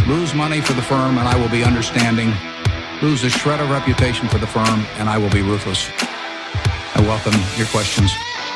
Lose money for the firm and I will be understanding. Lose a shred of reputation for the firm and I will be ruthless. I welcome your questions.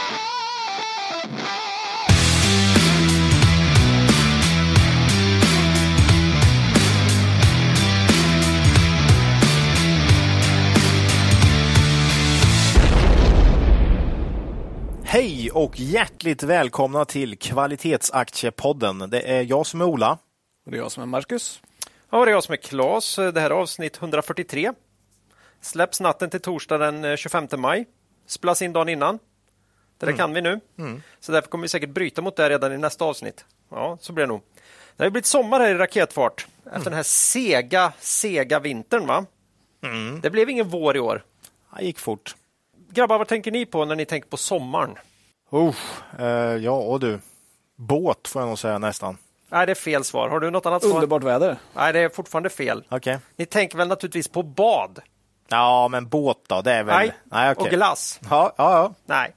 Hej och hjärtligt välkomna till Kvalitetsaktiepodden. Det är jag som är Ola. Och det är jag som är Marcus. Ja, det är jag som är Claes. Det här är avsnitt 143. Släpps natten till torsdag den 25 maj. Spelas in dagen innan. Det kan vi nu. Så därför kommer vi säkert bryta mot det redan i nästa avsnitt. Ja, så blir det nog. Det har blivit sommar här i raketfart. Efter den här sega vintern, va? Det blev ingen vår i år. Det gick fort. Grabbar, vad tänker ni på när ni tänker på sommaren? Ja, och du. Båt får jag nog säga nästan. Nej, det är fel svar. Har du något annat svar? Underbart väder. Nej, det är fortfarande fel. Okej. Ni tänker väl naturligtvis på bad? Ja, men båt då, det är väl... Nej, okej. och glass? Ja. Nej.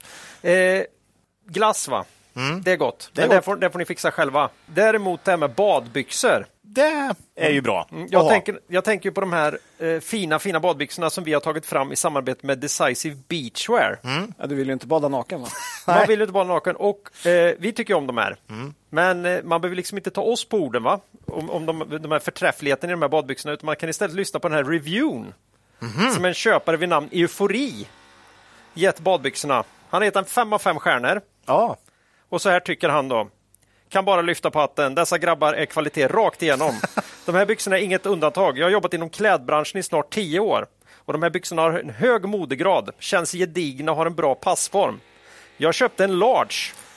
Glass, va? Det är gott. Det är men gott. det får ni fixa själva. Däremot det här med badbyxor. Det är ju bra. Jag tänker ju på de här fina badbyxorna som vi har tagit fram i samarbete med Decisive Beachwear. Ja, du vill ju inte bada naken, va? Man vill ju inte bada naken och vi tycker om de här. Men man behöver liksom inte ta oss på orden, va? Om de här förträffligheten i de här badbyxorna, utan man kan istället lyssna på den här reviewn som en köpare vid namn Eufori gett badbyxorna. Han heter en 5 av 5 stjärnor. Ja. Och så här tycker han då. Kan bara lyfta på hatten. Dessa grabbar är kvalitet rakt igenom. De här byxorna är inget undantag. Jag har jobbat inom klädbranschen i snart 10 år. Och de här byxorna har en hög modegrad. Känns gedigna och har en bra passform. Jag köpte en large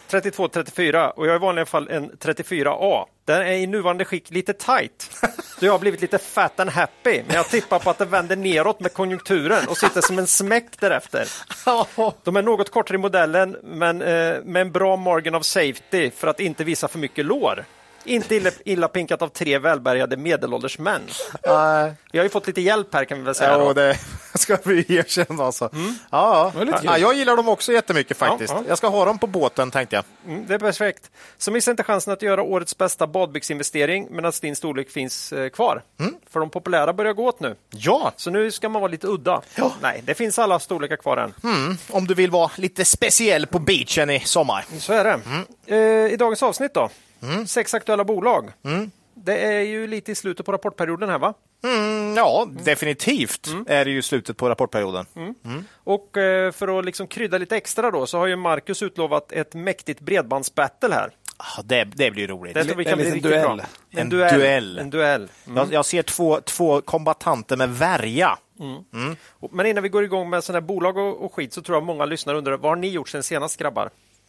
32-34 och jag är i vanliga fall en 34A. Den är i nuvarande skick lite tight. Så jag har blivit lite fat and happy. Men jag tippar på att det vänder neråt med konjunkturen och sitter som en smäck därefter. De är något kortare i modellen men med en bra margin of safety för att inte visa för mycket lår. Inte illa pinkat av 3 välbärgade medelålders män. Vi har ju fått lite hjälp här, kan vi väl säga. Ja, det ska vi erkänna alltså. Ja, jag gillar dem också jättemycket faktiskt. Ja. Jag ska ha dem på båten, tänkte jag. Det är perfekt. Så missa inte chansen att göra årets bästa badbyxinvestering medan din storlek finns kvar. För de populära börjar gå åt nu. Ja. Så nu ska man vara lite udda. Ja. Nej, det finns alla storlekar kvar än. Om du vill vara lite speciell på beachen i sommar. Så är det. I dagens avsnitt då. 6 aktuella bolag. Det är ju lite i slutet på rapportperioden här, va? Ja, definitivt är det ju slutet på rapportperioden. Och för att liksom krydda lite extra då så har ju Marcus utlovat ett mäktigt bredbandsbattle här. Det blir roligt. Det tror vi kan En bli liten riktigt duell. bra. En duell. Jag ser två kombatanter med värja. Men innan vi går igång med sådana här bolag och skit så tror jag många lyssnare undrar, vad har ni gjort sen senast, grabbar?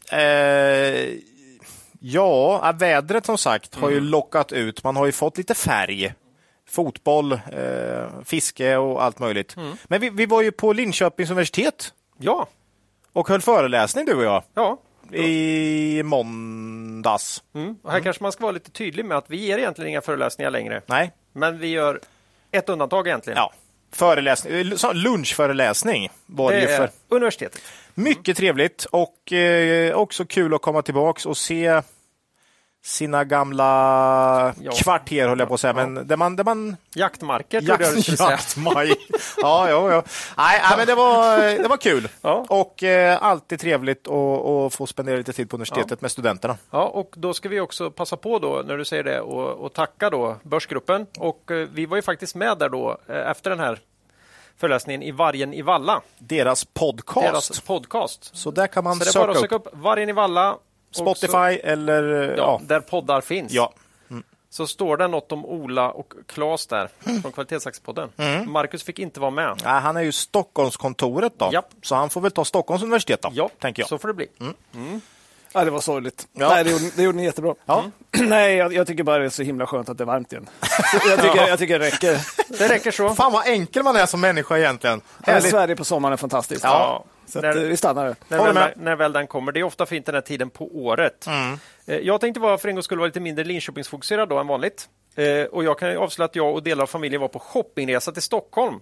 Ja, vädret som sagt har ju lockat ut. Man har ju fått lite färg. Fotboll, fiske och allt möjligt. Men vi var ju på Linköpings universitet. Ja. Och höll föreläsning, du och jag. Ja. I måndags. Och här kanske man ska vara lite tydlig med att vi ger egentligen inga föreläsningar längre. Nej. Men vi gör ett undantag egentligen. Ja. Lunchföreläsning var det ju för universitetet. Mycket trevligt och också kul att komma tillbaks och se sina gamla kvarter, höll jag på att säga, men där man jaktmarker, tror jag du skulle säga. Ja. Nej, men det var kul. Ja. Och alltid trevligt att få spendera lite tid på universitetet med studenterna. Ja, och då ska vi också passa på då, när du säger det, och tacka då Börsgruppen. Och vi var ju faktiskt med där då efter den här föreläsningen i Vargen i Valla. Deras podcast. Så där kan man så det är bara att söka upp Vargen i Valla. Spotify också, eller... där poddar finns. Ja. Så står det något om Ola och Claes där från Kvalitetsaktiepodden. Marcus fick inte vara med. Nej, han är ju Stockholmskontoret då. Japp. Så han får väl ta Stockholms universitet då, ja, tänker jag. Så får det bli. Ja, det var sorgligt. Ja. Nej, det gjorde ni jättebra. Ja. Nej, jag tycker bara det är så himla skönt att det är varmt igen. Jag tycker det räcker. Det räcker så. Fan vad enkel man är som människa egentligen. Sverige på sommaren är fantastiskt. Ja. Så att, vi stannar. När väl den kommer. Det är ofta fint den här tiden på året. Jag tänkte för en gång skulle vara lite mindre Linköpingsfokuserad då än vanligt. Och jag kan avslöja att jag och delar av familjen var på shoppingresa till Stockholm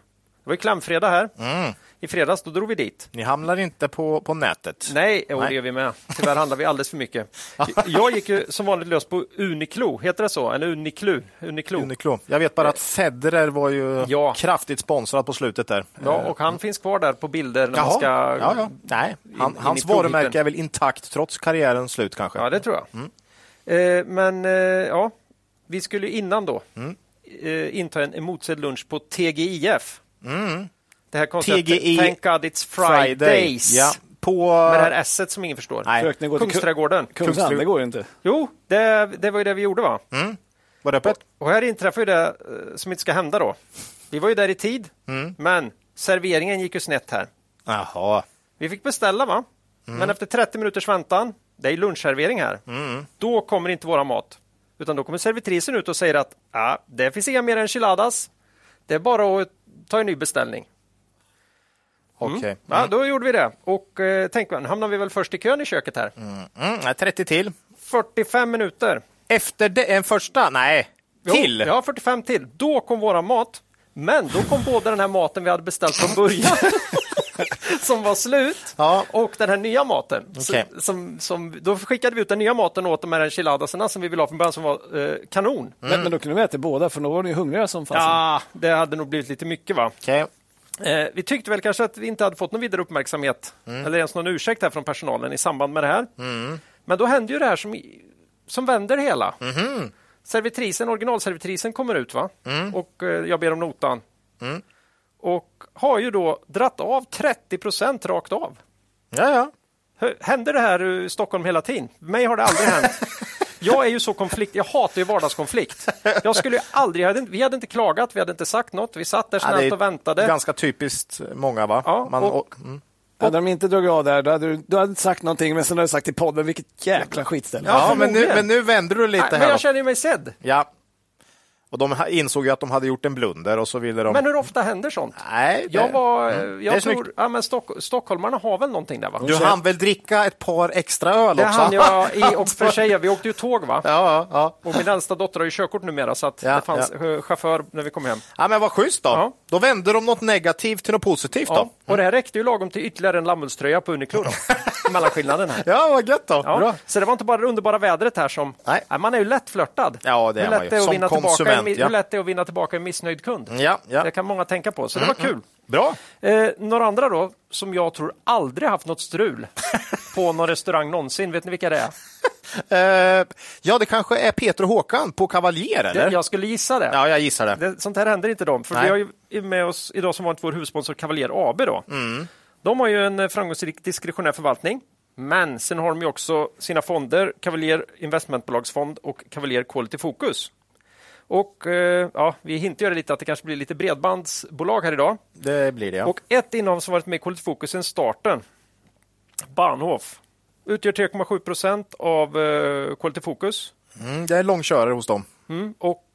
Det var ju klämfredag här. I fredags, då drog vi dit. Ni hamnar inte på nätet? Nej, det gör vi med. Tyvärr handlar vi alldeles för mycket. Jag gick ju som vanligt lös på Uniqlo, heter det så? Eller Uniqlo. Jag vet bara att Federer var ju kraftigt sponsrad på slutet där. Ja, och han finns kvar där på bilder när man ska... Ja. Nej, hans varumärke är väl intakt trots karriärens slut kanske. Ja, det tror jag. Vi skulle innan då inta en emotsedd lunch på TGIF. Det här konceptet, TGI Thank God It's Fridays. Ja, på... Med det här S-et som ingen förstår. Nej. Kungsträdgården. Kungsträdgården, det går ju inte. Jo, det var ju det vi gjorde, va? Var det öppet? Och här inträffar ju det som inte ska hända då. Vi var ju där i tid, men serveringen gick ju snett här. Jaha. Vi fick beställa, va? Men efter 30 minuters väntan, det är lunchservering här, då kommer inte våra mat. Utan då kommer servitrisen ut och säger att det finns inga mer enchiladas. Det är bara att ta en ny beställning. Okej. Ja, då gjorde vi det. Och tänk man, hamnar vi väl först i kön i köket här. 30 till. 45 minuter. Efter en första? Nej. Till? Ja, 45 till. Då kom våra mat. Men då kom både den här maten vi hade beställt från början som var slut och den här nya maten. Okay. Då skickade vi ut den nya maten åt de här enchiladasarna som vi ville ha från början som var kanon. Men då kunde vi äta båda för då var ni hungriga som fanns. Ja, det hade nog blivit lite mycket, va? Okay. Vi tyckte väl kanske att vi inte hade fått någon vidare uppmärksamhet eller ens någon ursäkt här från personalen i samband med det här. Men då hände ju det här som vänder hela. Originalservitrisen kommer ut, va? Och jag ber om notan. Och har ju då dratt av 30% rakt av. Ja. Händer det här i Stockholm hela tiden? Mig har det aldrig hänt. Jag är ju så jag hatar ju vardagskonflikt. Jag skulle ju aldrig, vi hade inte klagat, vi hade inte sagt något. Vi satt där snällt och väntade. Ganska typiskt många, va? Ja, hade de inte dragit av där, du hade inte sagt någonting, men sen hade du sagt till podden, vilket jäkla skitställe. Ja, men nu vänder du lite här. Men jag känner mig sedd. Ja. Och de insåg ju att de hade gjort en blunder och så ville de... Men hur ofta händer sånt? Nej, jag tror men stockholmarna har väl någonting där, va? Du hann väl dricka ett par extra öl också? Det hann jag och för sig. Vi åkte ju tåg, va? Ja. Och min äldsta dotter har ju körkort numera så att det fanns chaufför när vi kom hem. Ja, men vad schysst då. Ja. Då vände de något negativt till något positivt då. Och det här räckte ju lagom till ytterligare en lammullströja på Uniqlo då. Mellanskillnaden här. Ja, vad gött då. Ja. Bra. Så det var inte bara det underbara vädret här som... Nej, man är ju lätt flörtad. Ja, det är man ju. Som konsument. Hur lätt det är att vinna tillbaka en missnöjd kund. Ja. Det kan många tänka på. Så det var kul. Bra. Några andra då, som jag tror aldrig haft något strul på någon restaurang någonsin. Vet ni vilka det är? Det kanske är Peter och Håkan på Cavalier, eller? Jag skulle gissa det. Ja, jag gissar det. Sånt här händer inte dem. För vi har ju med oss idag som varit vår huvudsponsor Cavalier AB då. De har ju en framgångsrik diskretionär förvaltning. Men sen har de ju också sina fonder, Cavalier Investmentbolagsfond och Cavalier Quality Focus. Och vi hintar ju lite att det kanske blir lite bredbandsbolag här idag. Det blir det, ja. Och ett innehav som varit med i Quality Focus sen starten, Bahnhof, utgör 3,7% av Quality Focus. Det är långkörare hos dem. Och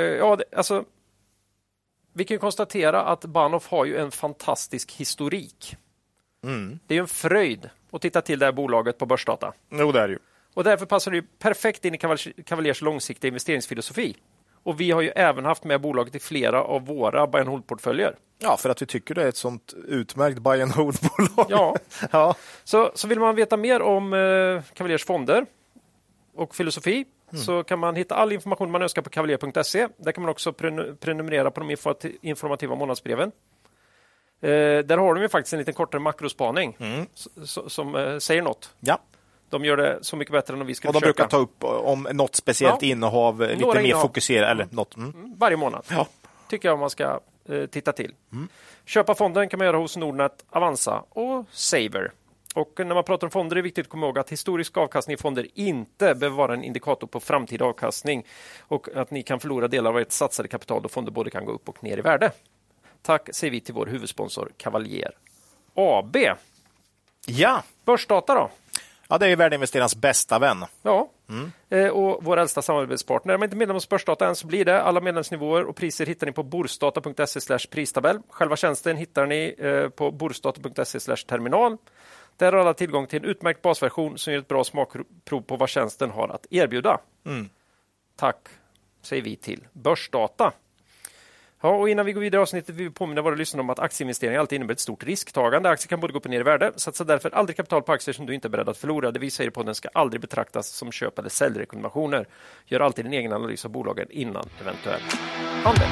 vi kan konstatera att Bahnhof har ju en fantastisk historik. Det är ju en fröjd att titta till det här bolaget på börsdata. Jo, det är det ju. Och därför passar det ju perfekt in i Cavaliers långsiktiga investeringsfilosofi. Och vi har ju även haft med bolaget i flera av våra buy and hold-portföljer. Ja, för att vi tycker det är ett sånt utmärkt buy and hold-bolag. Ja. Så vill man veta mer om Cavaliers fonder och filosofi så kan man hitta all information man önskar på cavalier.se. Där kan man också prenumerera på de informativa månadsbreven. Där har de ju faktiskt en liten kortare makrospaning som säger något. Ja. De gör det så mycket bättre än om vi skulle försöka. Och de brukar ta upp om något speciellt innehav, lite mer fokuserat eller något. Varje månad. Ja. Tycker jag man ska titta till. Köpa fonden kan man göra hos Nordnet, Avanza och Saver. Och när man pratar om fonder är det viktigt att komma ihåg att historisk avkastning i fonder inte behöver vara en indikator på framtida avkastning och att ni kan förlora delar av ert satsade kapital då fonder både kan gå upp och ner i värde. Tack säger vi till vår huvudsponsor Cavalier AB. Ja. Börsdata då? Ja, det är värdeinvesterarnas bästa vän. Ja, och vår äldsta samarbetspartner. Är man inte medlem hos Börsdata än så blir det. Alla medlemsnivåer och priser hittar ni på borsdata.se/pristabell. Själva tjänsten hittar ni på borsdata.se/terminal. Där har alla tillgång till en utmärkt basversion som ger ett bra smakprov på vad tjänsten har att erbjuda. Tack säger vi till Börsdata. Ja, och innan vi går vidare i avsnittet vill vi påminna våra lyssnare om att aktieinvesteringar alltid innebär ett stort risktagande. Aktier kan både gå upp och ner i värde. Satsa därför aldrig kapital på aktier som du inte är beredd att förlora. Det vi säger på den ska aldrig betraktas som köp- eller säljrekommendationer. Gör alltid din egen analys av bolagen innan eventuell handel.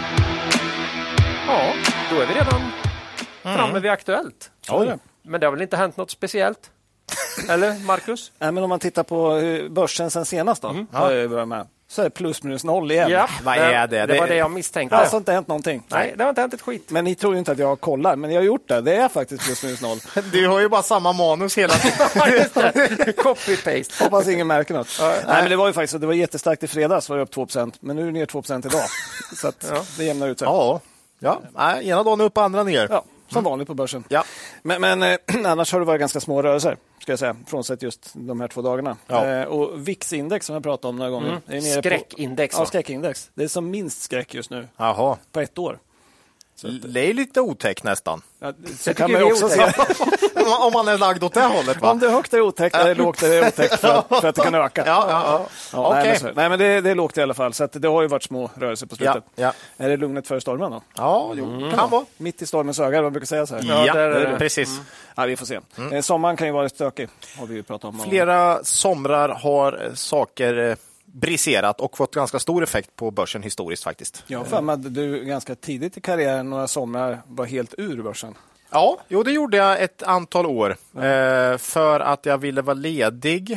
Ja, då är vi redan framme vid Aktuellt. Men det har väl inte hänt något speciellt? Eller, Marcus? Nej, men om man tittar på börsen sen senast då, så är det plus minus noll igen. Ja, Vad är det? Det var det jag misstänkte. Det har alltså inte hänt någonting. Nej, det har inte hänt ett skit. Men ni tror ju inte att jag kollar, men jag har gjort det. Det är faktiskt plus minus noll. Du har ju bara samma manus hela tiden. Copy-paste. Hoppas ingen märker något. Nej, men det var ju faktiskt det var jättestarkt i fredags, var det upp 2%. Men nu är det ner 2% idag. Så att det jämnar ut sig. Ja. Nej, ena dagen upp, andra ner. Ja, som vanligt på börsen. Ja. Men annars har det varit ganska små rörelser, ska jag säga, frånsett just de här 2 dagarna. Ja. Och VIX-index som jag pratade om några gånger. Är nere Skräckindex. Ja, skräckindex. Det är som minst skräck just nu Jaha. på 1 år. Det är lite otäckt nästan. Ja, så kan man ju också se. Om man är lagd åt det hållet, va? Om det är högt är det otäckt, är det lågt är det otäckt för att det kan öka. Ja. Okej. Nej, men det är lågt i alla fall. Så att det har ju varit små rörelser på slutet. Ja. Är det lugnet före stormen då? Ja, kan vara. Mitt i stormens öga, man brukar säga så här. Ja, där är det. precis. Ja, vi får se. Sommaren kan ju vara stökig, har vi ju pratat om. Flera somrar har saker briserat och fått ganska stor effekt på börsen historiskt faktiskt. Jag har för mig att du ganska tidigt i karriären, några somrar, var helt ur börsen. Ja, det gjorde jag ett antal år. För att jag ville vara ledig.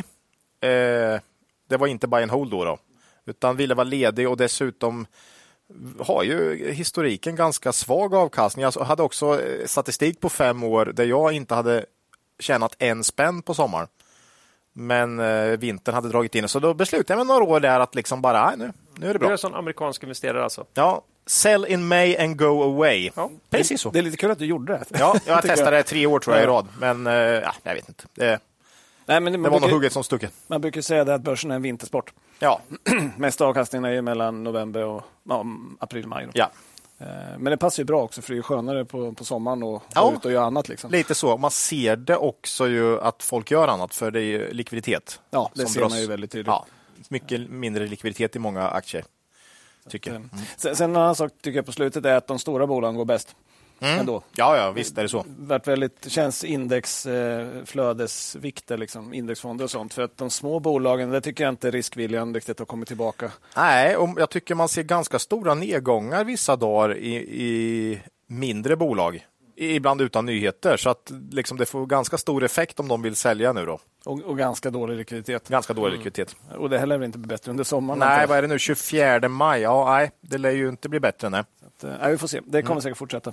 Det var inte buy and hold då. Utan ville vara ledig och dessutom har ju historiken ganska svag avkastning. Jag hade också statistik på 5 år där jag inte hade tjänat en spänn på sommaren. Men vintern hade dragit in. Så då beslutade jag med några år där att liksom bara, nu är det bra. Du är en sån amerikansk investerare alltså? Ja, sell in May and go away. Ja. Precis så. Det är lite kul att du gjorde det. Ja, jag testade 3 år tror jag i rad. Men jag vet inte. Nej, men det var nog hugget som stucket. Man brukar säga det att börsen är en vintersport. Ja. Mest avkastningen är ju mellan november och april-maj. Ja. Men det passar ju bra också för det är skönare på sommaren och gå ut och göra annat. Liksom. Lite så. Man ser det också ju att folk gör annat för det är ju likviditet. Ja, det ser man ju väldigt tydligt. Ja, mycket mindre likviditet i många aktier. Tycker jag. Sen en annan sak tycker jag på slutet är att de stora bolagen går bäst. Ändå. Ja, visst är det så. Känns indexflödesvikter, liksom, indexfonder och sånt. För att de små bolagen, det tycker jag inte riskviljan riktigt har kommit tillbaka. Nej, och jag tycker man ser ganska stora nedgångar vissa dagar i mindre bolag. Ibland utan nyheter. Så att liksom, det får ganska stor effekt om de vill sälja nu då. Och ganska dålig likviditet. Ganska dålig likviditet. Och det heller inte blir bättre under sommaren. Nej, vad är det nu? 24 maj? Ja, nej, det lär ju inte bli bättre. Nej. Vi får se. Det kommer säkert fortsätta.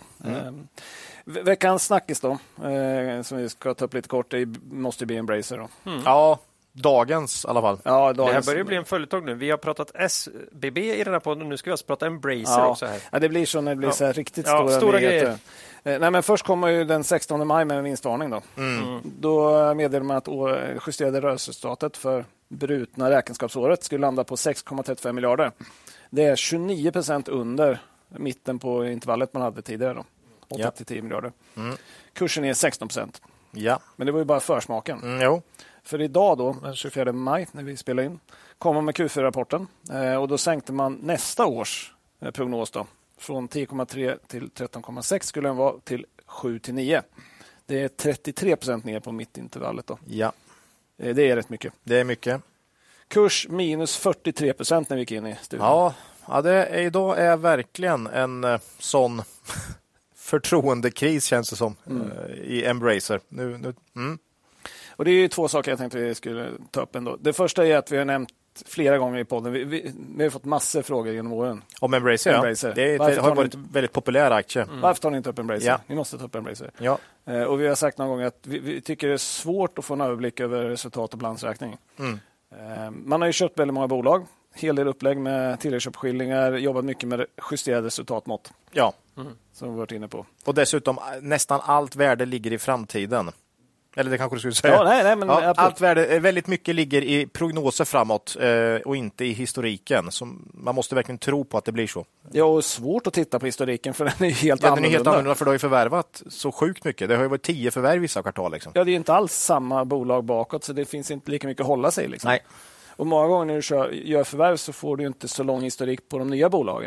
Veckans snackis då, som vi ska ta upp lite kort, det måste bli Embracer då. Ja, dagens i alla fall. Ja, det här börjar bli en följetong nu. Vi har pratat SBB i den här podden, nu ska vi alltså prata Embracer också här. Ja, det blir så när det blir så här riktigt stora grejer. Nej, men först kommer ju den 16 maj med en vinstvarning då. Då meddelar man att justerade rörelseresultatet för brutna räkenskapsåret skulle landa på 6,35 miljarder. Det är 29% under mitten på intervallet man hade tidigare då. 8-10 miljarder. Kursen är 16%. Ja. Men det var ju bara försmaken. Jo. För idag då, den 24 maj när vi spelar in, kommer man med Q4-rapporten och då sänkte man nästa års prognos då. Från 10,3 till 13,6 skulle den vara till 7-9. Det är 33% ner på mittintervallet då. Ja. Det är rätt mycket. Det är mycket. Kurs minus 43% när vi gick in i studien. Ja, idag är verkligen en sån förtroendekris känns det som i Embracer. Och det är ju 2 saker jag tänkte vi skulle ta upp ändå. Det första är att vi har nämnt flera gånger i podden. Vi har fått massor frågor genom åren. Om Embracer, Embracer. Det har varit en väldigt populär aktie. Varför tar ni inte upp Embracer? Ja. Ni måste ta upp Embracer. Ja. Och vi har sagt någon gång att vi tycker det är svårt att få en överblick över resultat och balansräkning. Man har ju köpt väldigt många bolag. Hel del upplägg med tilläggsköpskillingar. Jobbat mycket med justerade resultatmått. Ja. Som vi varit inne på. Och dessutom nästan allt värde ligger i framtiden. Eller det kanske du skulle säga. Ja, nej, men allt värde, väldigt mycket ligger i prognoser framåt och inte i historiken. Så man måste verkligen tro på att det blir så. Ja, och svårt att titta på historiken för den är helt annorlunda. Den är helt annorlunda för du har ju förvärvat så sjukt mycket. Det har ju varit 10 förvärv vissa kvartal. Liksom. Ja, det är inte alls samma bolag bakåt så det finns inte lika mycket att hålla sig. Liksom. Nej. Och många gånger när du gör förvärv så får du inte så lång historik på de nya bolagen.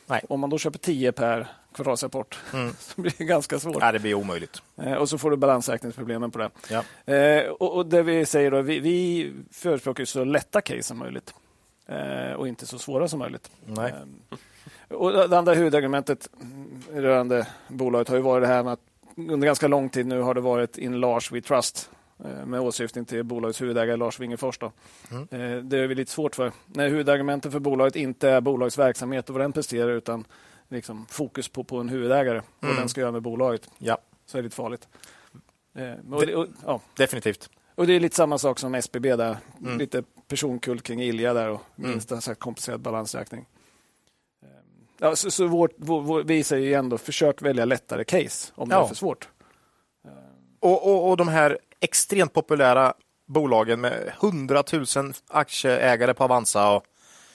Nej. Om man då köper 10 per kvartalsrapport så blir det ganska svårt. Nej, det blir omöjligt. Och så får du balansräkningsproblemen på det. Ja. Och det vi säger då, vi förespråkar så lätta case som möjligt och inte så svåra som möjligt. Nej. Och det andra huvudargumentet rörande bolaget har ju varit det här med att under ganska lång tid nu har det varit in Lars We Trust med åsyftning till bolagets huvudägare Lars Wingefors. Det är vi lite svårt för. När huvudargumentet för bolaget inte är bolagets verksamhet och vad den presterar utan liksom fokus på en huvudägare och vad den ska göra med bolaget. Ja. Så är det lite farligt. Definitivt. Och det är lite samma sak som SBB där. Lite personkult kring Ilja där och minsta sagt komplicerad balansräkning. Ja, så vi säger ju ändå försök välja lättare case om det är för svårt. Och de här extremt populära bolagen med 100 000 aktieägare på Avanza. Och,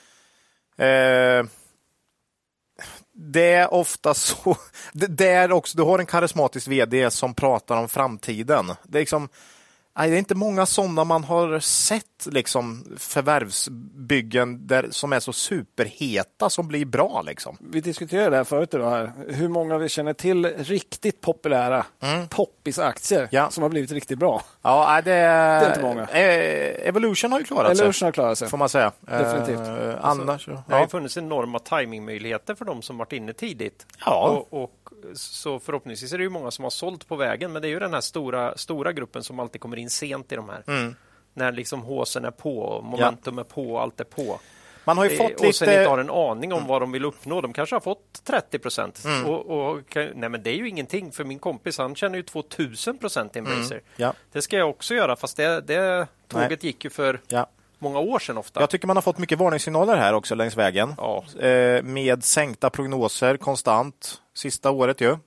det är ofta så. Det är också, du har en karismatisk vd som pratar om framtiden. Det är liksom, det är inte många sådana man har sett liksom, förvärvsbyggen som är så superheta som blir bra. Liksom. Vi diskuterade det här förut idag. Här. Hur många vi känner till riktigt populära poppisaktier som har blivit riktigt bra. Ja, det är inte många. Evolution har ju klarat sig. Evolution har klarat sig. Får man säga. Definitivt. Annars, det har ju funnits enorma timingmöjligheter för de som varit inne tidigt. Ja. Och så förhoppningsvis är det ju många som har sålt på vägen, men det är ju den här stora gruppen som alltid kommer in sent i de här. När liksom håsen är på, momentum är på, allt är på. Man har ju fått och lite... sen inte har en aning om vad de vill uppnå. De kanske har fått 30%. Nej, men det är ju ingenting. För min kompis, han känner ju 2000% i Embracer. Ja. Det ska jag också göra, fast det tåget gick ju för många år sedan ofta. Jag tycker man har fått mycket varningssignaler här också längs vägen. Ja. Med sänkta prognoser konstant. Sista året ju.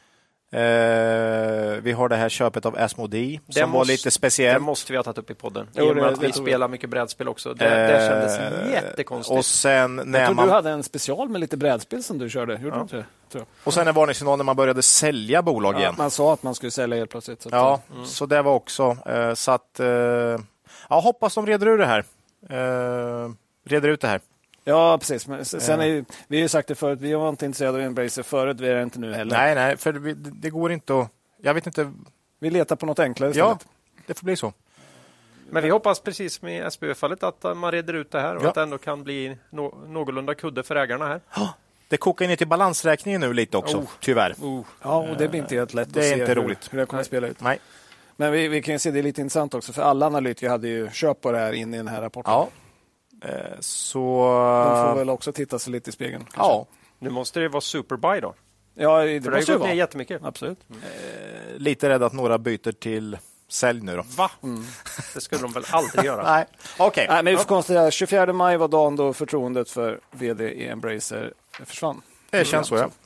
Vi har det här köpet av Asmodee som var lite speciellt. Det måste vi ha tagit upp i podden. I och med att vi spelar mycket brädspel också. Det kändes jättekonstigt. Och sen när jag tror du hade en special med lite brädspel som du körde. Gjorde du inte det? Och sen en varningssignal när man började sälja bolag igen. Man sa att man skulle sälja helt plötsligt. Så så det var också. Så att, hoppas de reder ur det här. Reder ut det här. Ja, precis. Men sen vi har ju sagt det förut, vi var inte intresserade av Embracer förut, vi är det inte nu heller. Nej, för det går inte att... Jag vet inte... Vi letar på något enklare istället. Ja, det får bli så. Men vi hoppas precis med SBB-fallet att man reder ut det här och att det ändå kan bli någorlunda kudde för ägarna här. Det kokar in till balansräkningen nu lite också, tyvärr. Ja, och det blir inte helt lätt det är att se inte roligt. hur det kommer att spela ut. Nej. Men vi kan ju se, det är lite intressant också, för alla analytiker hade ju köpt på det här in i den här rapporten. Ja. Så... De får väl också titta sig lite i spegeln. Kanske. Ja. Nu måste det vara superbuy då. Ja, det för det har ju gått ner jättemycket. Absolut. Lite rädd att några byter till sälj nu då. Va? Det skulle de väl aldrig göra. Nej. Okej. Nej, men vi får konstatera 24 maj var dagen då förtroendet för vd i Embracer försvann. Det känns så, ja.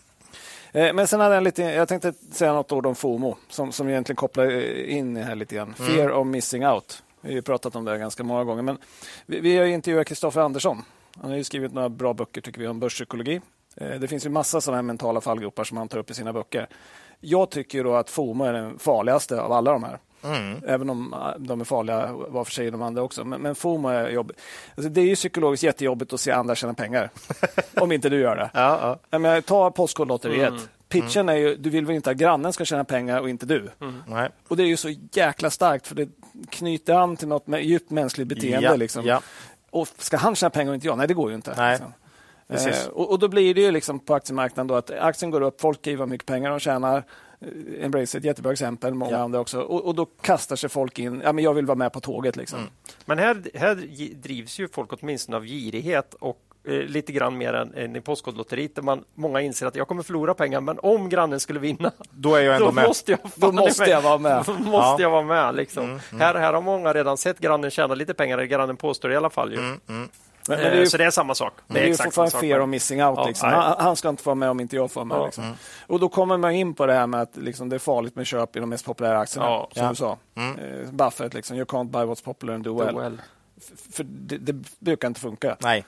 Men sen hade jag tänkte säga något ord om FOMO som egentligen kopplar in här lite grann. Fear of missing out. Vi har ju pratat om det ganska många gånger. Men vi har intervjuat Kristoffer Andersson. Han har ju skrivit några bra böcker tycker vi om börspsykologi. Det finns ju massa sådana här mentala fallgropar som han tar upp i sina böcker. Jag tycker då att FOMO är den farligaste av alla de här. Även om de är farliga var för sig de andra också. Men FOMO är jobbigt. Alltså, det är ju psykologiskt jättejobbigt att se andra tjäna pengar. Om inte du gör det. Men ta Postkodlotteriet. Pitchen är ju, du vill väl inte att grannen ska tjäna pengar och inte du. Nej. Och det är ju så jäkla starkt för det knyter an till något med djupt mänskligt beteende. Liksom. Och ska han tjäna pengar och inte jag? Nej, det går ju inte. Nej. Liksom. Och då blir det ju liksom på aktiemarknaden då att aktien går upp, folk skriver mycket pengar de tjänar. Embracer är ett jättebra exempel, många andra också. Och då kastar sig folk in, men jag vill vara med på tåget. Liksom. Men här drivs ju folk åtminstone av girighet och lite grann mer än i Postkodlotteriet där många inser att jag kommer förlora pengar, men om grannen skulle vinna då är jag ändå med. Då måste jag vara med. Jag vara med liksom. Här har många redan sett grannen tjäna lite pengar, eller grannen påstår i alla fall ju. Men det är ju, så det är samma sak. Det är ju fortfarande fear of missing out. Liksom. Han ska inte få vara med om inte jag får med. Liksom. Och då kommer man in på det här med att liksom, det är farligt med köp i de mest populära aktierna. Som du sa. Buffett, liksom, you can't buy what's popular and do well. För det brukar inte funka. Nej.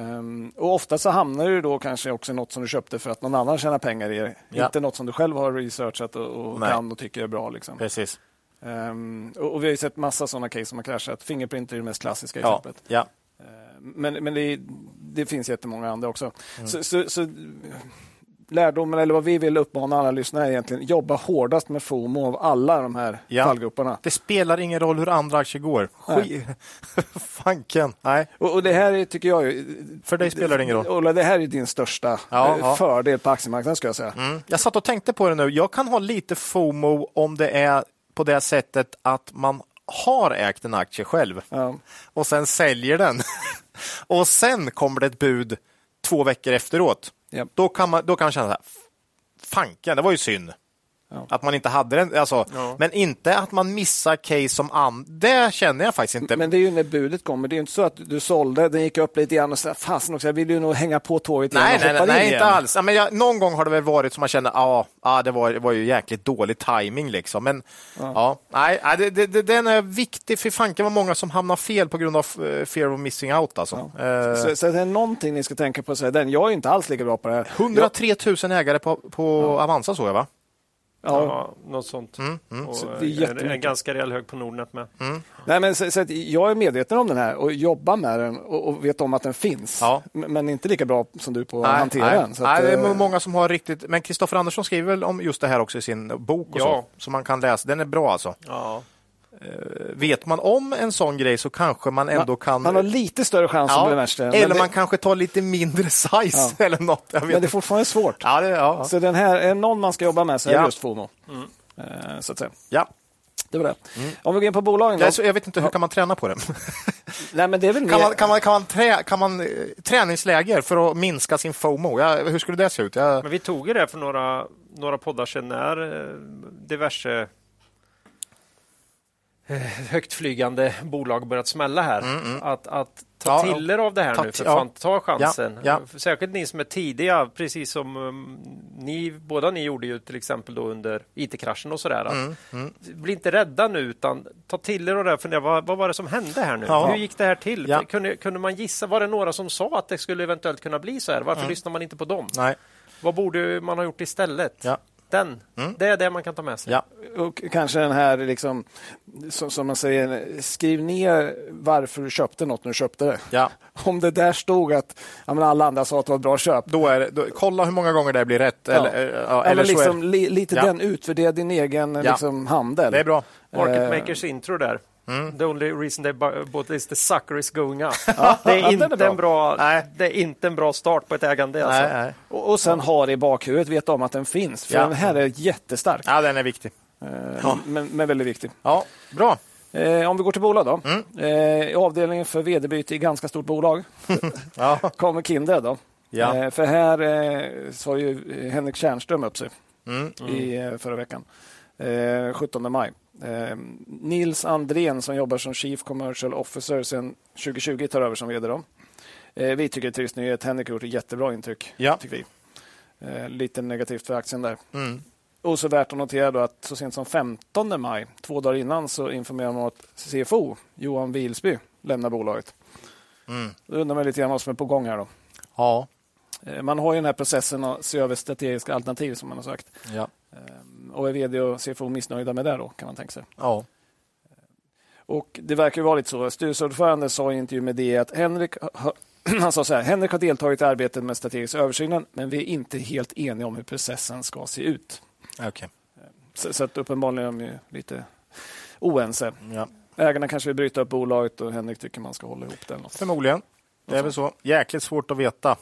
Och ofta så hamnar du då kanske också något som du köpte för att någon annan tjänar pengar i det. Inte något som du själv har researchat och kan och tycker är bra. Liksom. Precis. Och vi har ju sett massa sådana case som har kraschat. Fingerprint är det mest klassiska exemplet. Ja. Men det finns jättemånga andra också. Så lärdomen, eller vad vi vill uppmana alla lyssnare är egentligen, jobba hårdast med FOMO av alla de här fallgrupperna. Det spelar ingen roll hur andra aktier går. Fanken. Nej. Och det här tycker jag... För dig spelar det ingen roll. Ola, det här är din största fördel på aktiemarknaden, ska jag säga. Jag satt och tänkte på det nu. Jag kan ha lite FOMO om det är på det sättet att man har ägt en aktie själv och sen säljer den. Och sen kommer det ett bud 2 veckor efteråt. Yep. Då kan man känna så här, fanken, det var ju synd. Att man inte hade den, alltså, men inte att man missar case som det känner jag faktiskt inte. Men det är ju när budet kommer, det är ju inte så att du sålde, den gick upp lite grann och så fasen också, jag vill ju nog hänga på tåget igen. Nej, inte alls. Ja, men någon gång har det väl varit som man känner, det var ju jäkligt dålig timing liksom. Men den är viktig, för fanken var många som hamnar fel på grund av fear of missing out alltså. Så det är någonting ni ska tänka på, så jag är inte alls lika bra på det här. 103 000 ägare på Avanza, så jag, va? Ja, något sånt. Och så det är en ganska rejäl hög på Nordnet med. Nej, men så att jag är medveten om den här och jobbar med den och vet om att den finns. Men inte lika bra som du på att hantera den. Så det är många som har riktigt... Men Kristoffer Andersson skriver väl om just det här också i sin bok och så man kan läsa. Den är bra alltså. Ja. Vet man om en sån grej så kanske man ändå kan... Man har lite större chans att bli värsta. Eller man kanske tar lite mindre size eller något. Jag vet. Men det är fortfarande svårt. Så den här är någon man ska jobba med, så är det just FOMO. Så att säga. Ja. Det var det. Om vi går in på bolagen då. Jag vet inte, hur kan man träna på det? Nej, men det är väl kan man träningsläger för att minska sin FOMO? Hur skulle det se ut? Men vi tog ju det för några poddar sedan när diverse högtflygande bolag börjat smälla här. Att ta till er av det här nu, för fan, ta chansen. Särskilt ni som är tidiga, precis som båda ni gjorde ju till exempel då under IT-kraschen och sådär. Bli inte rädda nu, utan ta till er av det. Fundera, vad var det som hände här nu? Hur gick det här till? Kunde man gissa? Var det några som sa att det skulle eventuellt kunna bli så här? Varför lyssnar man inte på dem? Nej. Vad borde man ha gjort istället? Det är det man kan ta med sig. Och kanske den här, liksom, som man säger, skriv ner varför du köpte något när du köpte det. Om det där stod att alla andra sa att det var ett bra köp. Kolla hur många gånger det blir rätt. Eller liksom, lite den utvärdera din egen liksom, handel. Det är bra. Market makers intro där. The only reason they bought is the sucker is going up. Det är inte en bra start på ett ägande. Alltså. Och sen har i bakhuvudet, vet om att den finns. För den här är jättestark. Ja, den är viktig. Men väldigt viktig. Ja, bra. Om vi går till bolag då. Avdelningen för vd-byte i ganska stort bolag. Kommer Kindred då. För här sa ju Henrik Tjärnström upp sig i förra veckan. 17 maj. Nils Andrén, som jobbar som Chief Commercial Officer sedan 2020, tar över som vd då. Vi tycker det är trist nyhet. Henrik har gjort ett jättebra intryck, tycker vi. Lite negativt för aktien där. Och så värt att notera då att så sent som 15 maj, 2 dagar innan, så informerar man att CFO Johan Wilsby lämnar bolaget. Då undrar man lite grann vad som är på gång här då. Ja. Man har ju den här processen att se över strategiska alternativ, som man har sagt. Och är vd och CFO missnöjda med det då, kan man tänka sig. Ja. Och det verkar ju vara lite så. Styrelseordförande sa i intervju med det att Henrik han sa så här: Henrik har deltagit i arbetet med strategiska översynen, men vi är inte helt eniga om hur processen ska se ut. Okay. Så att uppenbarligen är de lite oense. Ägarna kanske vill bryta upp bolaget och Henrik tycker man ska hålla ihop det. Förmodligen. Det är väl så. Jäkligt svårt att veta.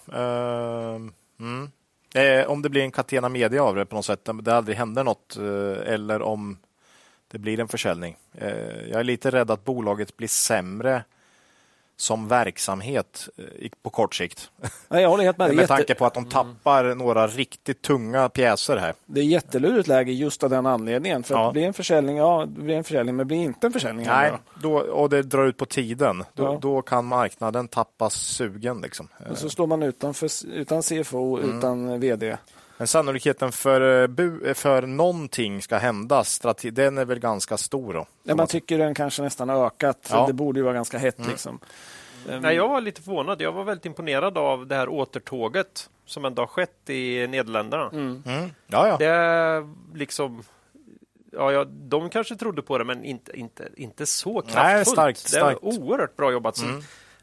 Om det blir en Catena Media av det på något sätt, det aldrig händer något, eller om det blir en försäljning. Jag är lite rädd att bolaget blir sämre som verksamhet på kort sikt. Nej, jag håller helt med. Med tanke på att de tappar några riktigt tunga pjäser här. Det är jättelurigt läge just av den anledningen. För att det blir en försäljning, det blir en försäljning, men det blir inte en försäljning. Nej, och det drar ut på tiden. Då kan marknaden tappa sugen. Liksom. Och så står man utan CFO, utan vd. Men sannolikheten för någonting ska hända, den är väl ganska stor då? Ja, man tycker den kanske nästan har ökat. Det borde ju vara ganska hett. Liksom. Nej, jag var lite förvånad. Jag var väldigt imponerad av det här återtåget som ändå har skett i Nederländerna. Det är liksom... de kanske trodde på det, men inte så kraftfullt. Nej, starkt. Det är oerhört bra jobbat.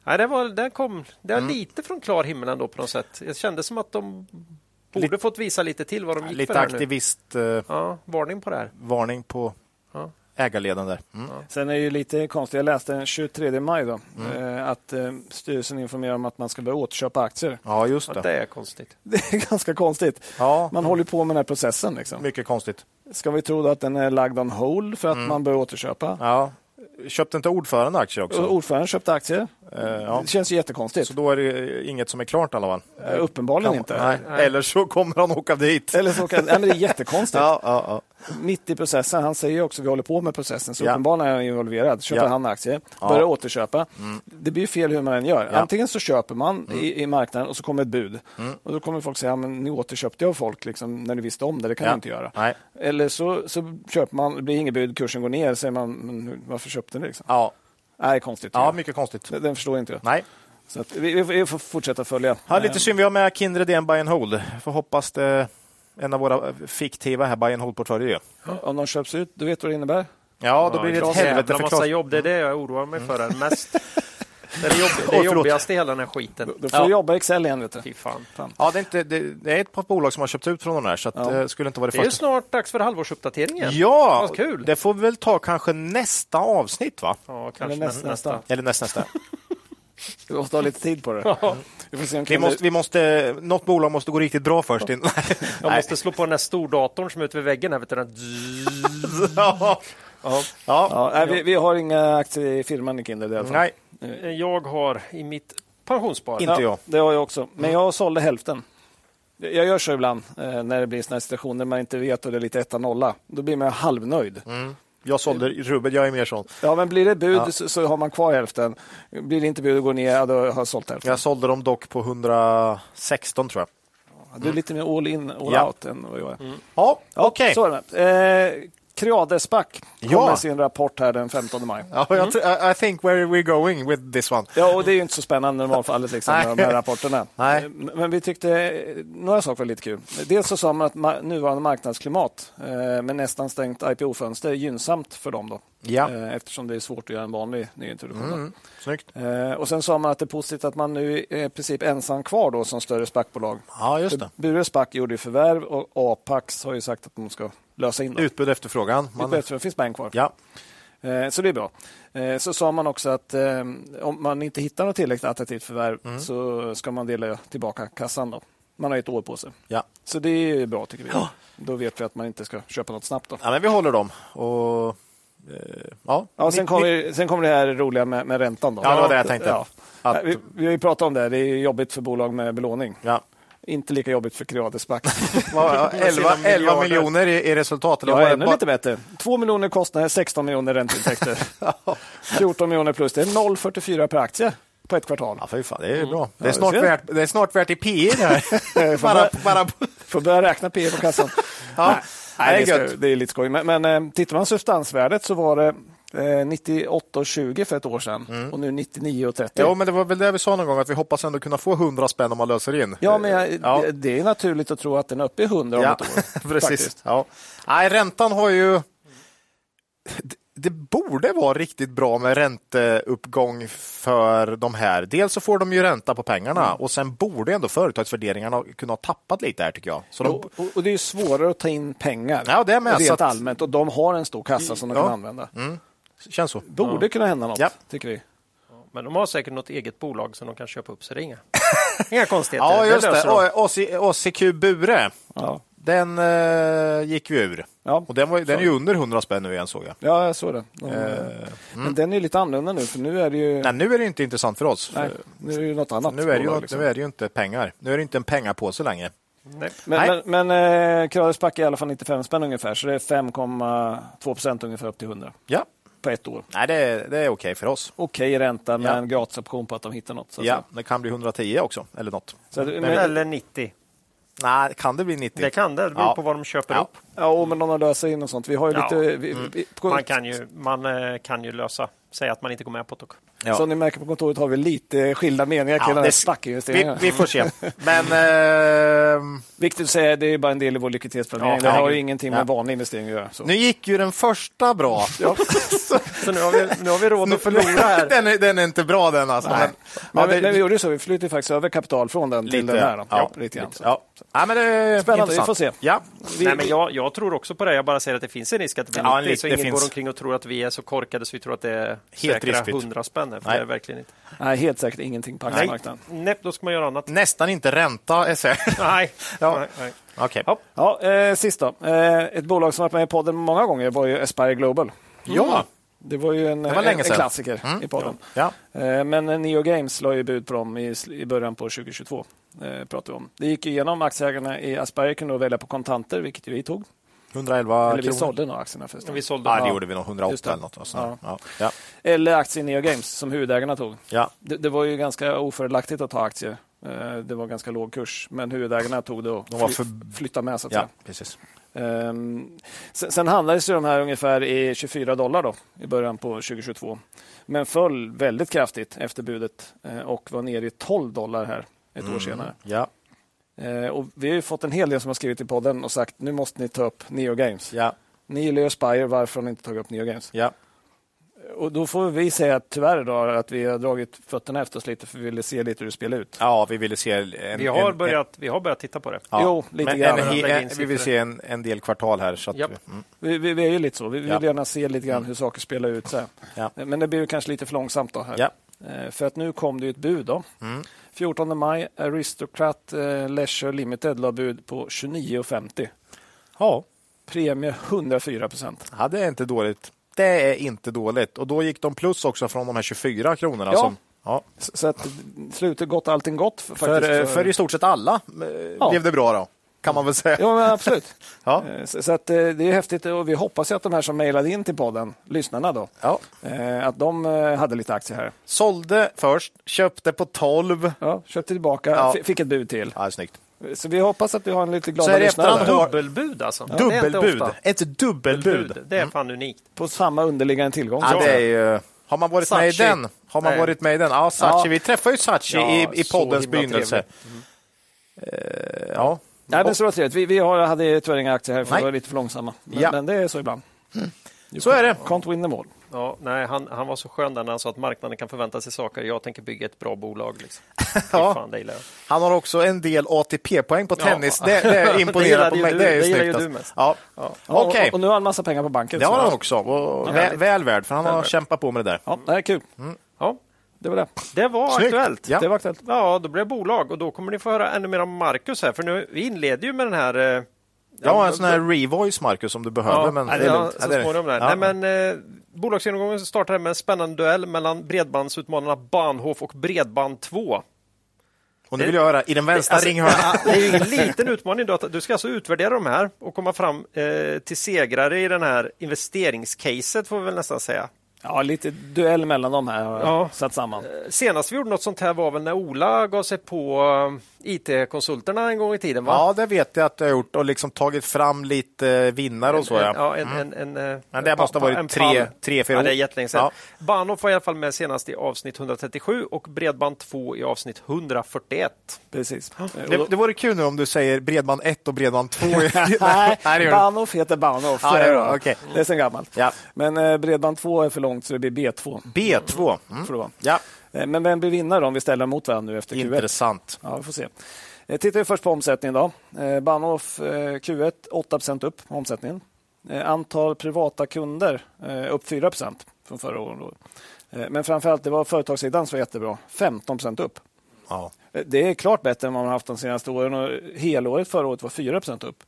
Nej, det var lite från klar himmel ändå på något sätt. Det kändes som att de borde fått visa lite till vad de gick lite för aktivist varning på det här. Varning på ägarleden där. Sen är det ju lite konstigt, jag läste den 23 maj då, att styrelsen informerar om att man ska börja återköpa aktier. Ja, just det. Det är konstigt. Det är ganska konstigt. Ja. Man håller på med den här processen. Liksom. Mycket konstigt. Ska vi tro att den är lagd on hold för att man börjar återköpa? Ja. Köpte inte ordförande aktier också? Ordföranden köpte aktier. Ja. Det känns ju jättekonstigt. Så då är det inget som är klart i alla fall? Uppenbarligen inte. Nej. Eller så kommer han åka dit. Eller så nej, men det är jättekonstigt. Ja. Mitt i processen, han säger också att vi håller på med processen, så uppenbarligen är han involverad. Köper han aktier, börjar återköpa. Det blir fel hur man än gör. Antingen så köper man i marknaden och så kommer ett bud. Och då kommer folk säga, men ni återköpte av folk liksom, när ni visste om det. Det kan ni inte göra. Nej. Eller så köper man, det blir inget bud, kursen går ner, säger man, men varför köpte ni liksom? Ja. Nej, konstigt. Ja, mycket konstigt. Den förstår inte jag. Nej. Så att vi får fortsätta följa. Ja, lite synd vi har med Kindred i en buy and hold. Får hoppas det en av våra fiktiva här buy and hold-portföljer. Om de köps ut, du vet vad det innebär? Ja, då blir det ett helvete för massa jobb. Det är det jag oroar mig för mest. Det är det jobbigaste i hela den här skiten. Då får du jobba i Excel igen, vet du. Fy fan. Ja, det är ett par bolag som har köpt ut från de här, så att det skulle inte vara det Det är ju första. snart dags för halvårsuppdateringen. Ja, vad kul. Det får vi väl ta kanske nästa avsnitt, va? Ja, kanske Eller nästa. Eller nästa. Vi måste ha lite tid på det. Vi får se om något bolag måste gå riktigt bra först. Jag måste slå på den här stordatorn som är ute vid väggen här. Vet du, vi har inga aktier i firman i Kindred i alla fall. Nej, jag har i mitt pensionsspar. inte jag. Det har jag också. Men jag sålde hälften. Jag gör så ibland när det blir såna här situationer man inte vet och det är lite 1-0. Då blir man halvnöjd. Jag sålde rubbet, jag är mer sån. Ja, men blir det bud så har man kvar hälften. Blir det inte bud och går ner, då har jag sålt hälften. Jag sålde dem dock på 116, tror jag. Du är lite mer all in, all out än vad jag är. Ja, okej. Så är det. Creade-SPAC kom med sin rapport här den 15 maj. I think where we're going with this one. Ja, och det är ju inte så spännande i normalfallet liksom, med de här rapporterna. Nej. Men vi tyckte några saker var lite kul. Dels så sa man att nuvarande marknadsklimat med nästan stängt IPO-fönster är gynnsamt för dem då. Ja. Eftersom det är svårt att göra en vanlig nyintroduktion. Snyggt. Och sen sa man att det är positivt att man nu är i princip ensam kvar då som större SPAC-bolag. Ja, just det. Bure SPAC gjorde ju förvärv och Apax har ju sagt att de ska lösa in dem. Utbud efterfrågan. Det finns bank kvar. Ja. Så det är bra. Så sa man också att om man inte hittar något tillräckligt attraktivt förvärv så ska man dela tillbaka kassan då. Man har ett år på sig. Ja. Så det är bra tycker vi. Ja. Då vet vi att man inte ska köpa något snabbt då. Ja, men vi håller dem. Och sen kommer det här roliga med räntan då. Ja, det var det jag tänkte. Ja. Vi har ju pratat om det. Det är jobbigt för bolag med belåning. Ja. Inte lika jobbigt för Creade-SPAC. 11 miljoner i resultat. Ja, ännu lite bättre. 2 miljoner kostnader, 16 miljoner ränteintäkter. 14 miljoner plus. Det är 0,44 per aktie på ett kvartal. Ja, för fan, det är bra. Det är snart värt i PE här. Får börja räkna PE på kassan. Nej, det är lite skoj. Men tittar man substansvärdet så var det 98,20 för ett år sedan och nu 99,30. Ja, men det var väl det vi sa någon gång att vi hoppas ändå kunna få 100 spänn om man löser in. Ja, men det är naturligt att tro att den är uppe i 100 om ett år. Precis. Ja. Nej, räntan har ju... Det borde vara riktigt bra med ränteuppgång för de här. Dels så får de ju ränta på pengarna och sen borde ändå företagsvärderingarna kunna ha tappat lite här tycker jag. Så och det är svårare att ta in pengar. Ja, det är med. Rent allmänt och de har en stor kassa som de kan använda. Känns så. Borde kunna hända något, tycker vi. Men de har säkert något eget bolag som de kan köpa upp, så det är inga konstigheter. Ja, just det. OCQ Bure. Ja. Den gick vi ur. Ja. Och den är ju under 100 spänn nu igen, såg jag. Ja, jag såg det. Men den är lite annorlunda nu, för nu är det ju... Nej, nu är det inte intressant för oss. Nej, nu är det ju något annat. Nu är det ju inte pengar. Nu är det inte en pengapåse längre. Nej. Men Creade-SPAC är i alla fall 95 spänn ungefär, så det är 5,2% ungefär upp till 100. Ja. På ett år. Nej, det är okej för oss. Okej ränta med en gratisoption på att de hittar något. Så det kan bli 110 också, eller något. Eller 90. Nej, kan det bli 90? Det kan det. Det beror på vad de köper upp. Ja, men de har lösa in och sånt. Vi har ju lite... Man kan ju lösa säga att man inte går med på det. Ja. Som ni märker på kontoret har vi lite skilda meningar kring den här stackinvesteringen. Vi får se. Men Viktigt att säga, det är bara en del i vår likviditetsplanering. Det har ju ingenting med vanlig investering att göra. Så. nu gick ju den första bra. Ja. Så nu har vi råd att förlora här. Den är inte bra den alltså. Men vi gjorde så, vi flyttade faktiskt över kapital från den till den här. Ja, lite grann. Ja. Ja, men det är Spännande, intressant. vi får se. Ja. Nej, men jag tror också på det. Jag bara säger att det finns en risk att det blir Ja, nytt, så det ingen finns. går omkring och tror att vi är så korkade så vi tror att det är Helt säkra riskfritt. 100 spänn. För det är det verkligen inte. Nej, helt säkert ingenting på aktiemarknaden. Nej, då ska man göra annat. Nästan inte ränta är säkert. Nej. Ja. Nej. Okej. Ja, sist då. Ett bolag som varit med i podden många gånger var ju Aspire Global. Ja. Det var ju en länge sedan. klassiker i podden. Ja. Men Neo Games la ju bud på dem i början på 2022. Pratar vi om. Det gick igenom, aktieägarna i Aspire kunde då välja på kontanter, vilket vi tog. 111 Eller vi kronor. sålde nog aktierna förresten. Vi sålde. Ja, det gjorde vi nog. 108 Just det. eller något. Ja. Ja. Ja. Eller aktier i Neo Games som huvudägarna tog. Ja. Det var ju ganska ofördelaktigt att ta aktier. Det var ganska låg kurs, men huvudägarna tog det och flyttade med så att säga. Precis. Sen handlades de här ungefär i $24 då, i början på 2022. Men föll väldigt kraftigt efter budet och var nere i $12 här ett år senare. Ja. Och vi har ju fått en hel del som har skrivit i podden och sagt nu måste ni ta upp Neo Games. Ja. Ni gillar ju Aspire, varför har ni inte tagit upp Neo Games? Ja. Och då får vi säga tyvärr då, att vi har dragit fötterna efter oss lite för vi ville se lite hur det spelar ut. Ja, vi ville se Vi har börjat titta på det. Ja. Jo, lite men grann. vi vill se en del kvartal här. Så att Japp. Vi är ju lite så. Vi vill gärna se lite grann hur saker spelar ut. Så här. Ja. Men det blir ju kanske lite för långsamt då här. Ja. För att nu kom det ju ett bud då. 14 maj, Aristocrat Leisure Limited la bud på 29,50. Ja. Premie 104%. Ja, det är inte dåligt. Det är inte dåligt. Och då gick de plus också från de här 24 kronorna. Ja. Som, ja. Så att slutet gott, allting gott. För i stort sett alla blev det bra då, kan man väl säga. Ja, men absolut. Ja. Så att det är häftigt och vi hoppas ju att de här som mejlade in till podden, lyssnarna då, Ja. att de hade lite aktier här. Sålde först, köpte på 12. Ja, köpte tillbaka, Ja. Fick ett bud till. Ja, snyggt. Så vi hoppas att vi har en lite Så glada är det lyssnare efterhand där. Dubbelbud alltså. Det är Dubbelbud. inte ofta. Ett dubbelbud. Det är fan unikt. På samma underliggande tillgång. Ja, det är ju... Har man varit med i Saatchi. den? Har man Nej. varit med i den? Ja, Saatchi. Ja. Vi träffade ju Saatchi Ja, i så poddens himla begynnelse. Ja. Nej, men så var det trevligt. Vi hade tyvärr inga aktier här för Nej. vi var lite för långsamma. Ja. Men det är så ibland. Så är det. Can't win them all. Ja, nej, han var så skön där när han sa att marknaden kan förvänta sig saker. Jag tänker bygga ett bra bolag. Liksom. Ja. Fan, det gillar jag. Han har också en del ATP-poäng på tennis. Det imponerar gillade på ju mig. du. Det är Det gillar snyggt. ju Alltså. du mest. Ja. Ja, Okej. och nu har han massa pengar på banken. Det så- har han också. Och väl värd, för han har kämpat på med det där. Ja, det är kul. Ja, Det var det. det var Snyggt. aktuellt. Ja. Det var aktuellt. Ja, då blev det bolag och då kommer ni få höra ännu mer om Marcus här. För nu, vi inleder ju med den här... Ja, en sån här revoice, Marcus, om du behöver. Ja, men ja, det är lugnt. så Ja, det är det. småningom där. Ja. Nej, men bolagsgenomgången startar med en spännande duell mellan bredbandsutmanarna Bahnhof och Bredband2. Och nu vill jag höra i den vänstra Alltså, ringhörnan. det är ju ingen liten utmaning då, att du ska alltså utvärdera de här och komma fram till segrare i den här investeringscaset, får vi väl nästan säga. Ja, lite duell mellan de här har Ja. satt samman. Senast vi gjorde något sånt här var väl när Ola gav sig på IT-konsulterna en gång i tiden, va? Ja, det vet jag att du har gjort och liksom tagit fram lite vinnare och så. Ja. Ja, Men det måste ha varit tre, fyra år. Ja, det är år. jättelänge sedan. Ja. Bahnhof var i alla fall med senast i avsnitt 137 och Bredband 2 i avsnitt 141. Precis. Det vore kul nu om du säger Bredband 1 och Bredband 2. Nej, det gör du. Bahnhof heter Bahnhof. Ja, det är bra. Okej. Det är sen gammalt. Ja. Men Bredband 2 är för långt så det blir B2. B2. Får det vara. Ja, Men vem blir vinnare om vi ställer dem mot varandra nu efter Q1? intressant. Ja, vi får se. Tittar vi först på omsättningen då. Bahnhof Q1 8% upp omsättningen. Antal privata kunder upp 4% från förra året. Men framförallt det var företagssidan som var jättebra. 15% upp. Ja. Det är klart bättre än vad man har haft de senaste åren. Och helåret förra året var 4% upp.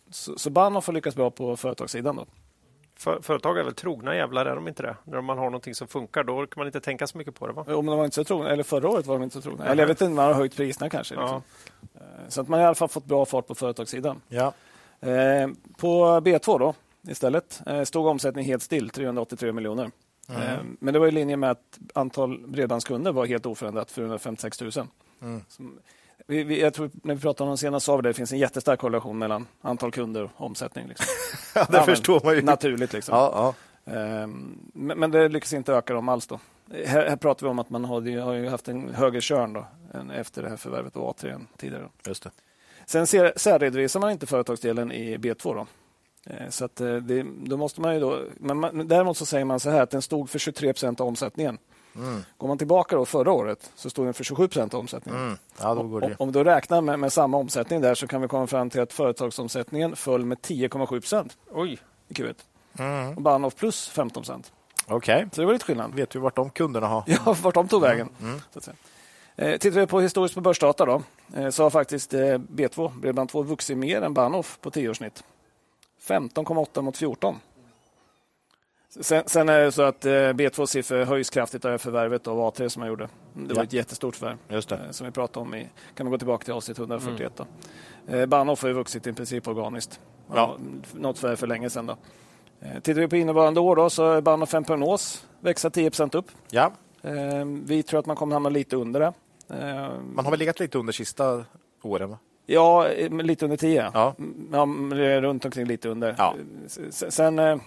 Så Bahnhof har lyckats bra på företagssidan då. Företag är väl trogna jävlar, är de inte det? När man har någonting som funkar, då kan man inte tänka så mycket på det, va? Jo, men de var inte så trogna. Eller förra året var de inte så trogna. Eller jag vet inte, man har höjt priserna kanske. Liksom. Så att man har i alla fall fått bra fart på företagssidan. Ja. På B2 då istället stod omsättningen helt still, 383 miljoner. Men det var i linje med att antal bredbandskunder var helt oförändrat, 456 000. Jag tror när vi pratade om det senast sa vi det finns en jättestark korrelation mellan antal kunder och omsättning. Liksom. Ja, det förstår man ju. Naturligt liksom. Ja, Men det lyckas inte öka dem alls då. Här pratar vi om att man har ju haft en högre körn då, än efter det här förvärvet av A3 tidigare. Just det. Sen särredovisar man inte företagsdelen i B2 då. Så att då måste man ju då... Men däremot så säger man så här att den stod för 23% av omsättningen. Går man tillbaka då förra året så stod den för 27% av omsättningen. Ja, då går det. Om du räknar med samma omsättning där så kan vi komma fram till att företagsomsättningen föll med 10,7% i Q1. Och Bahnhof plus 15%. Okej. Så det var lite skillnad. Vet vi vart de kunderna har? Ja, vart de tog vägen. Så att säga. Tittar vi på historiskt på börsdata då, så har faktiskt B2, Bredband2, vuxit mer än Bahnhof på 10-årssnitt. 15,8 mot 14. Sen är det så att B2 siffror höjs kraftigt av förvärvet av A3 som man gjorde. Det var ett jättestort förvärv. Just det. Som vi pratade om kan man gå tillbaka till avsnitt 141 då. Bahnhof har ju vuxit i princip organiskt. Ja. Något för länge sedan då. Tittar vi på innevarande år då, så är Bahnhof en prognos växa 10% upp. Ja. Vi tror att man kommer hamna lite under det. Man har väl legat lite under sista åren, va? Ja, lite under 10. Ja, runt omkring lite under. Ja. Sen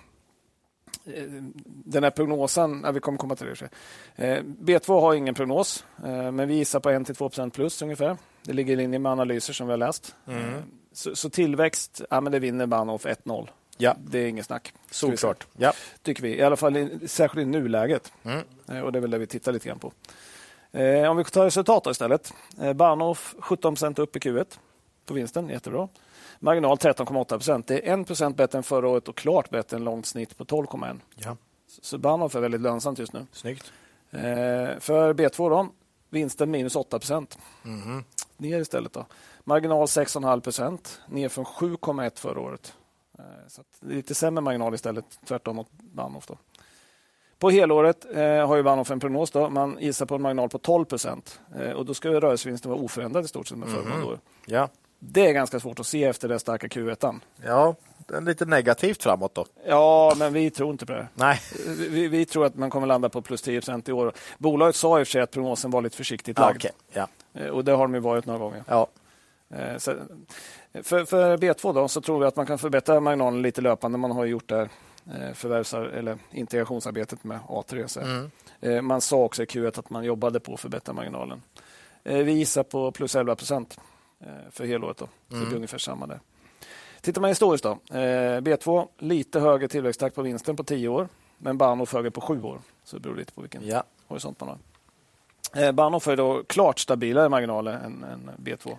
den här prognosen, vi kommer komma till det. B2 har ingen prognos, men vi gissar på 1-2% plus ungefär. Det ligger i linje med analyser som vi har läst. Så tillväxt, men det vinner Bahnhof 1-0. Ja. Det är inget snack. Såklart. Ja. Tycker vi. I alla fall särskilt i nuläget. Och det är väl det vi tittar lite grann på. Om vi tar resultat istället. Bahnhof 17% upp i Q1 på vinsten. Jättebra. Marginal 13,8%. Det är 1% bättre än förra året och klart bättre än långt snitt på 12,1%. Ja. Så Bahnhof är väldigt lönsamt just nu. Snyggt. För B2 då, vinsten minus 8%. Ner istället då. Marginal 6,5%. Ner från 7,1% förra året. Så att det är lite sämre marginal istället, tvärtom mot Bahnhof då. På helåret har ju Bahnhof en prognos då. Man gissar på en marginal på 12%. Och då ska rörelsevinsten vara oförändrad i stort sett med föregående år. Ja. Det är ganska svårt att se efter det starka Q1. Ja, det är lite negativt framåt då. Ja, men vi tror inte på det. Nej. Vi tror att man kommer landa på plus 10% i år. Bolaget sa i och för sig att prognosen var lite försiktigt lagd. Okay. Ja. Och det har de ju varit några gånger. Ja. Så, för B2 då, så tror vi att man kan förbättra marginalen lite löpande. Man har gjort det eller integrationsarbetet med A3. Så. Man sa också i Q1 att man jobbade på att förbättra marginalen. Vi gissar på plus 11% för helåret då. Så det är ungefär samma där. Tittar man historiskt då. B2 lite högre tillväxttakt på vinsten på 10 år. Men Bahnhof högre på 7 år. Så det beror lite på vilken horisont man har. Bahnhof är då klart stabilare marginaler än B2.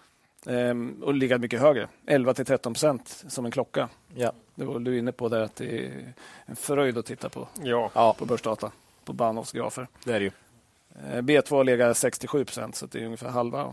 Och ligger mycket högre. 11-13% som en klocka. Ja. Det var du inne på där, att det är en fröjd att titta på. Ja. På börsdata. På Bahnhofs grafer. Det är det ju. B2 ligger 67%, så det är ungefär halva.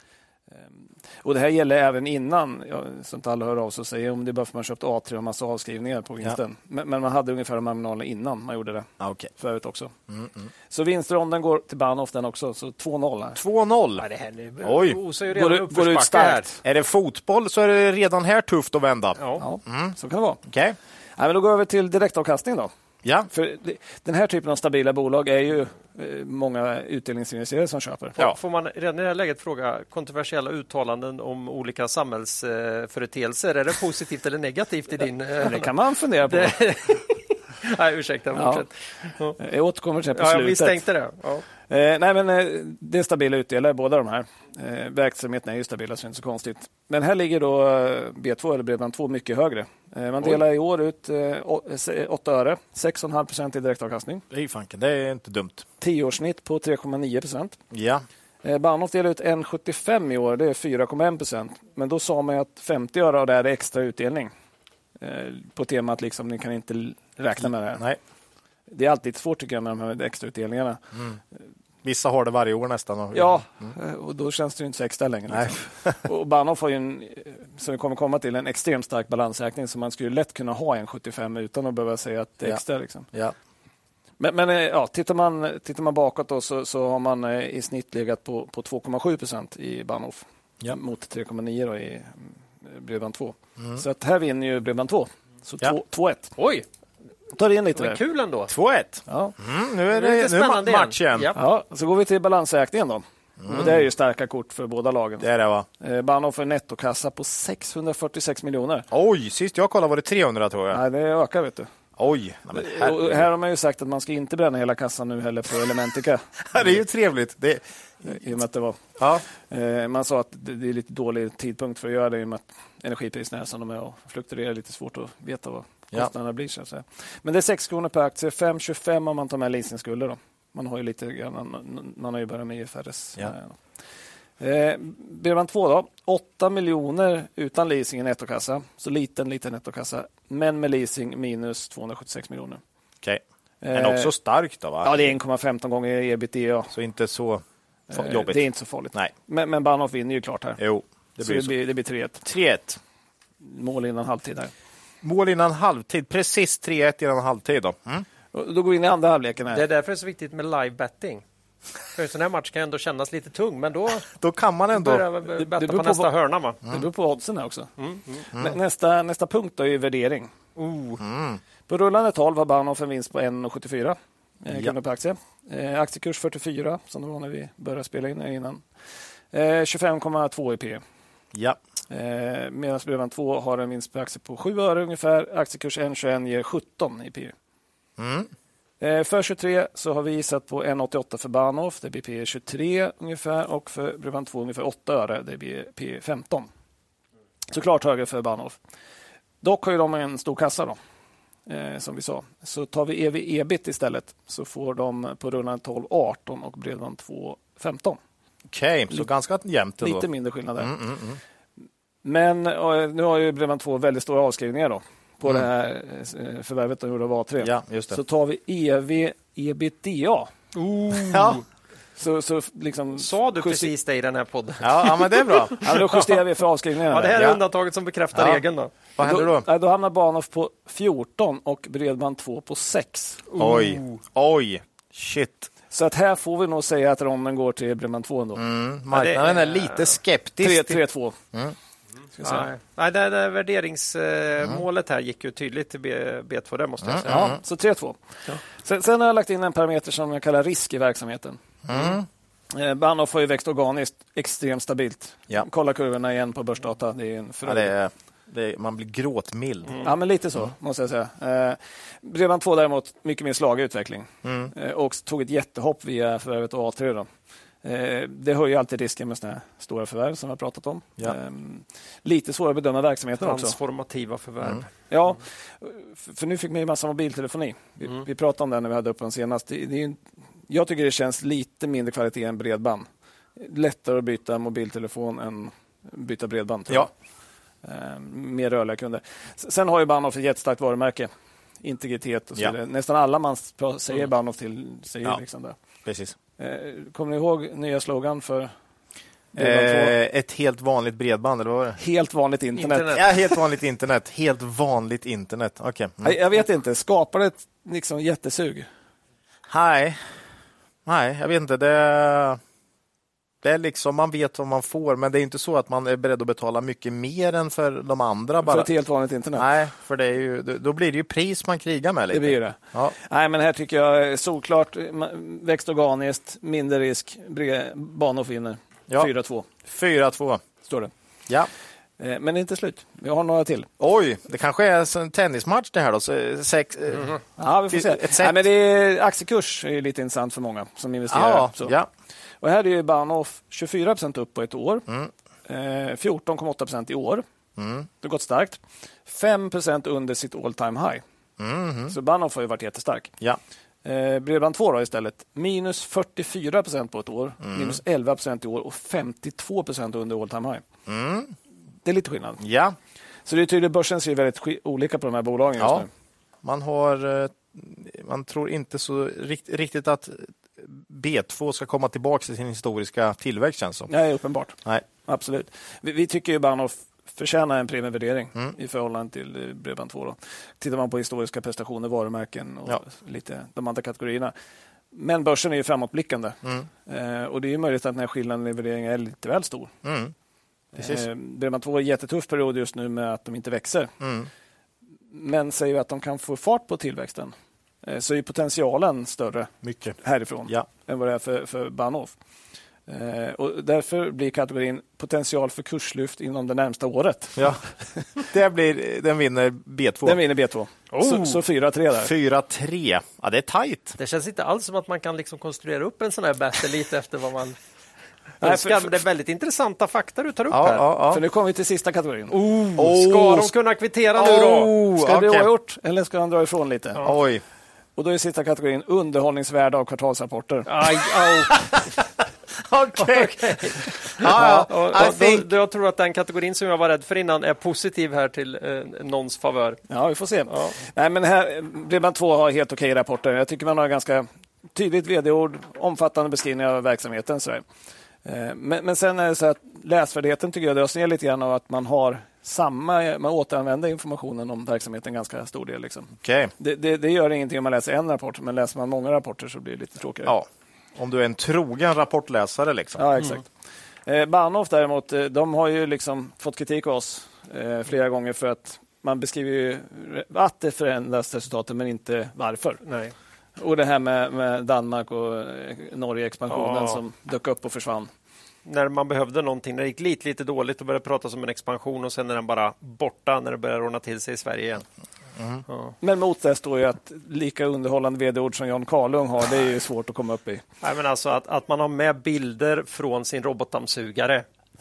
Och det här gäller även innan, som inte alla hör av sig och säger, om det är bara för att man köpt A3 och massa avskrivningar på vinsten. Ja. Men man hade ungefär marginaler innan man gjorde det. Okay. Förut också. Så vinstromden går till Bahnhof den också, så 2-0 här. 2-0? Ja, det här går ut starkt. Är det fotboll så är det redan här tufft att vända. Ja. Så kan det vara. Okay. Men då går vi över till direktavkastning då. Ja. För den här typen av stabila bolag är ju många utdelningsinvesterare som köper. Ja. Får man redan i det här läget fråga kontroversiella uttalanden om olika samhällsföreteelser? Är det positivt eller negativt i din... Det kan man fundera på. Nej, ursäkta. Fortsätt. Ja. Jag återkommer till det på slutet. Jag misstänkte det. Ja. Det är stabila utdelare, båda de här. Verksamheten är ju stabila, så det är inte så konstigt. Men här ligger då B2 eller Bredband2 mycket högre. Man delar i år ut 8 öre, 6,5% i direktavkastning. Det är inte dumt. 10-årssnitt på 3,9%. Ja. Bahnhof delar ut 1,75 i år, det är 4,1%. Men då sa man att 50 öre av det är extra utdelning. På temat liksom, ni kan inte räkna med det här. Nej. Det är alltid svårt tycker jag med de här extra utdelningarna. Vissa har det varje år nästan. Ja, och då känns det ju inte så extra längre. Liksom. Och Bahnhof har ju som vi kommer komma till, en extremt stark balansräkning, så man skulle lätt kunna ha en 75 utan att behöva säga att det är extra. Liksom. Ja. Men tittar man bakåt då, så har man i snitt legat på 2,7% i Bahnhof mot 3,9% då i Bredband2. Så att här vinner ju Bredband2. Så 2-1. Oj! Tar in lite där. Kul ändå. 2-1. Ja. Nu är det match igen. Ja, så går vi till balansräkningen då. Och det är ju starka kort för båda lagen. Det är det, va? Bahnhof får nettokassa på 646 miljoner. Oj, sist jag kollade var det 300 tror jag. Nej, det ökar vet du. Oj. Och här har man ju sagt att man ska inte bränna hela kassan nu heller på Elementica. Det är ju trevligt. I och med att det var. Ja. Man sa att det är lite dålig tidpunkt för att göra det i och med att energipriserna är som de är och fluktuerar lite svårt att veta vad kostnaderna blir. Så att säga. Men det är 6 kronor per aktie, 5,25 om man tar med leasingskulder då. Man har ju lite grann, man har ju börjat med IFRS. Ja. Bredband 2 då, 8 miljoner utan leasing i nettokassa, så liten nettokassa, men med leasing minus 276 miljoner. Okej. Men också starkt då, va? Ja, det är 1,15 gånger ebitda. Så inte så jobbigt. Det är inte så farligt. Nej. Men Bahnhof vinner ju klart här. Jo, det blir så. Det blir 3-1. 3-1. Mål innan halvtid här. Mål innan halvtid. Precis 3-1 innan halvtid då. Och då går vi in i andra halvleken här. Det är därför det är så viktigt med live betting. För en sån här match kan ändå kännas lite tung, men då kan man ändå börjar betta på nästa hörna. Va? Det beror på oddsen här också. Nästa punkt då är värdering. På rullande 12 har Bahnhof en vinst på 1,74 kronor per aktie. Aktiekurs 44, som det var när vi började spela in innan. 25,2 i P. Ja. Medan Bredband 2 har en vinst per aktie på 7 öre ungefär. Aktiekurs 1,21 ger 17 i P. För 23 så har vi gissat på 1,88 för Bahnhof. Det blir P 23 ungefär. Och för Bredband 2 ungefär 8 öre. Det blir P 15. Såklart högre för Bahnhof. Dock har ju de en stor kassa då. Som vi sa. Så tar vi EV-EBIT istället så får de på rullande 12 18 och Bredband 2 15. Okej, så ganska jämnt då. Lite mindre skillnad där. Men nu har ju Bredband 2 väldigt stora avskrivningar då på det här förvärvet av A3. Ja, just det. Så tar vi EV-EBITDA. Ja. Så liksom Sa du precis det i den här podden? Ja, men det är bra. Ja, då justerar vi för avskrivningarna. Ja, det här är undantaget som bekräftar regeln då. Vad händer då? Då hamnar Bahnhof på 14 och Bredband 2 på 6. Oj. Shit. Så att här får vi nog säga att ronden går till Bredband 2 ändå. Marknaden är lite skeptisk. 3-2. Nej, det värderingsmålet här gick ju tydligt till B2, det måste jag säga. Ja, så 3-2. Sen har jag lagt in en parameter som jag kallar risk i verksamheten. Bahnhof har ju växt organiskt extremt stabilt. Ja. Kolla kurvorna igen på börsdata. Det är en man blir gråtmild. Ja, men lite så måste jag säga. Bredband 2 däremot mycket mer svag utveckling. Och tog ett jättehopp via förvärvet av A3 då. Det höjer alltid risken med såna här stora förvärv som vi har pratat om. Ja. Lite svårare att bedöma verksamheten också. Transformativa förvärv. Ja, för nu fick man ju massa mobiltelefoni. Vi pratade om det när vi hade upp den senast. Jag tycker det känns lite mindre kvalitet än bredband. Lättare att byta mobiltelefon än byta bredband. Ja. Mer rörliga kunder. Sen har ju Bahnhof ett jättestarkt varumärke. Integritet och så vidare. Nästan alla man säger Bahnhof till säger liksom det. Precis. Kommer ni ihåg nya slogan för ett helt vanligt bredband, eller vad var det? Helt vanligt internet. Ja, helt vanligt internet. Helt vanligt internet. Okay. Jag vet inte. Skapar det ett liksom jättesug? Nej, jag vet inte. Det är liksom, man vet vad man får, men det är inte så att man är beredd att betala mycket mer än för de andra. För ett helt vanligt internet? Nej, för det är ju, då blir det ju pris man krigar med lite. Det blir det. Ja. Nej, men här tycker jag solklart växt organiskt, mindre risk, Bahnhof vinner. 4-2. 4-2. Står det. Ja. Men det är inte slut. Vi har några till. Oj, det kanske är en tennismatch det här då. Ja, vi får se. Nej, men det är, aktiekurs är lite intressant för många som investerar. Ja. Och här är ju Bahnhof 24% upp på ett år. 14,8% i år. Det har gått starkt. 5% under sitt all time high. Så Bahnhof har ju varit jättestark. Ja. Bredband 2 då istället. Minus 44% på ett år. Minus 11% i år och 52% under all time high. Det är lite skillnad. Ja. Så det är tydligt, börsen ser väldigt olika på de här bolagen just nu. Man tror inte så riktigt att B2 ska komma tillbaka till sin historiska tillväxt, känns som. Nej, uppenbart. Nej. Absolut. Vi tycker ju Bahnhof förtjänar en premievärdering i förhållande till Bredband 2. Då. Tittar man på historiska prestationer, varumärken och lite de andra kategorierna. Men börsen är ju framåtblickande. Och det är ju möjligt att den här skillnaden i värdering är lite väl stor. Bredband 2 är en jättetuff period just nu med att de inte växer. Men säger att de kan få fart på tillväxten så är potentialen större härifrån än vad det är för Bahnhof. Och därför blir kategorin potential för kurslyft inom det närmsta året. Ja. Den vinner B2. Den vinner B2. Så 4-3 där. 4-3. Ja, det är tajt. Det känns inte alls som att man kan liksom konstruera upp en sån här battle lite efter vad man Nej, önskar. Men det är väldigt intressanta fakta du tar upp här. Ja. För nu kommer vi till sista kategorin. Ska de kunna kvittera nu då? Ska det bli okej. oavgjort eller ska han dra ifrån lite? Oj. Och då är sista kategorin underhållningsvärde av kvartalsrapporter. Aj, Okej. Jag tror att den kategorin som jag var rädd för innan är positiv här till någons favör. Ja, vi får se. Ja. Nej, men här, Bredband2 har helt okej rapporter. Jag tycker man har ganska tydligt vd-ord, omfattande beskrivning av verksamheten. Så men sen är det så att läsvärdigheten tycker jag dras ner lite grann av att man har man återanvänder informationen om verksamheten ganska stor del. Liksom. Okay. Det gör ingenting om man läser en rapport, men läser man många rapporter så blir det lite tråkigare. Ja, om du är en trogen rapportläsare. Liksom. Ja, exakt. Bahnhof däremot, de har ju liksom fått kritik av oss flera gånger för att man beskriver ju att det förändras resultaten men inte varför. Nej. Och det här med Danmark och Norge-expansionen som dök upp och försvann. När man behövde någonting, när det gick lite dåligt och började prata om en expansion och sen är den bara borta när det börjar ordna till sig i Sverige igen. Ja. Men mot det står ju att lika underhållande vd-ord som Jan Karlung har, det är ju svårt att komma upp i. Nej, men alltså att man har med bilder från sin robotdammsugare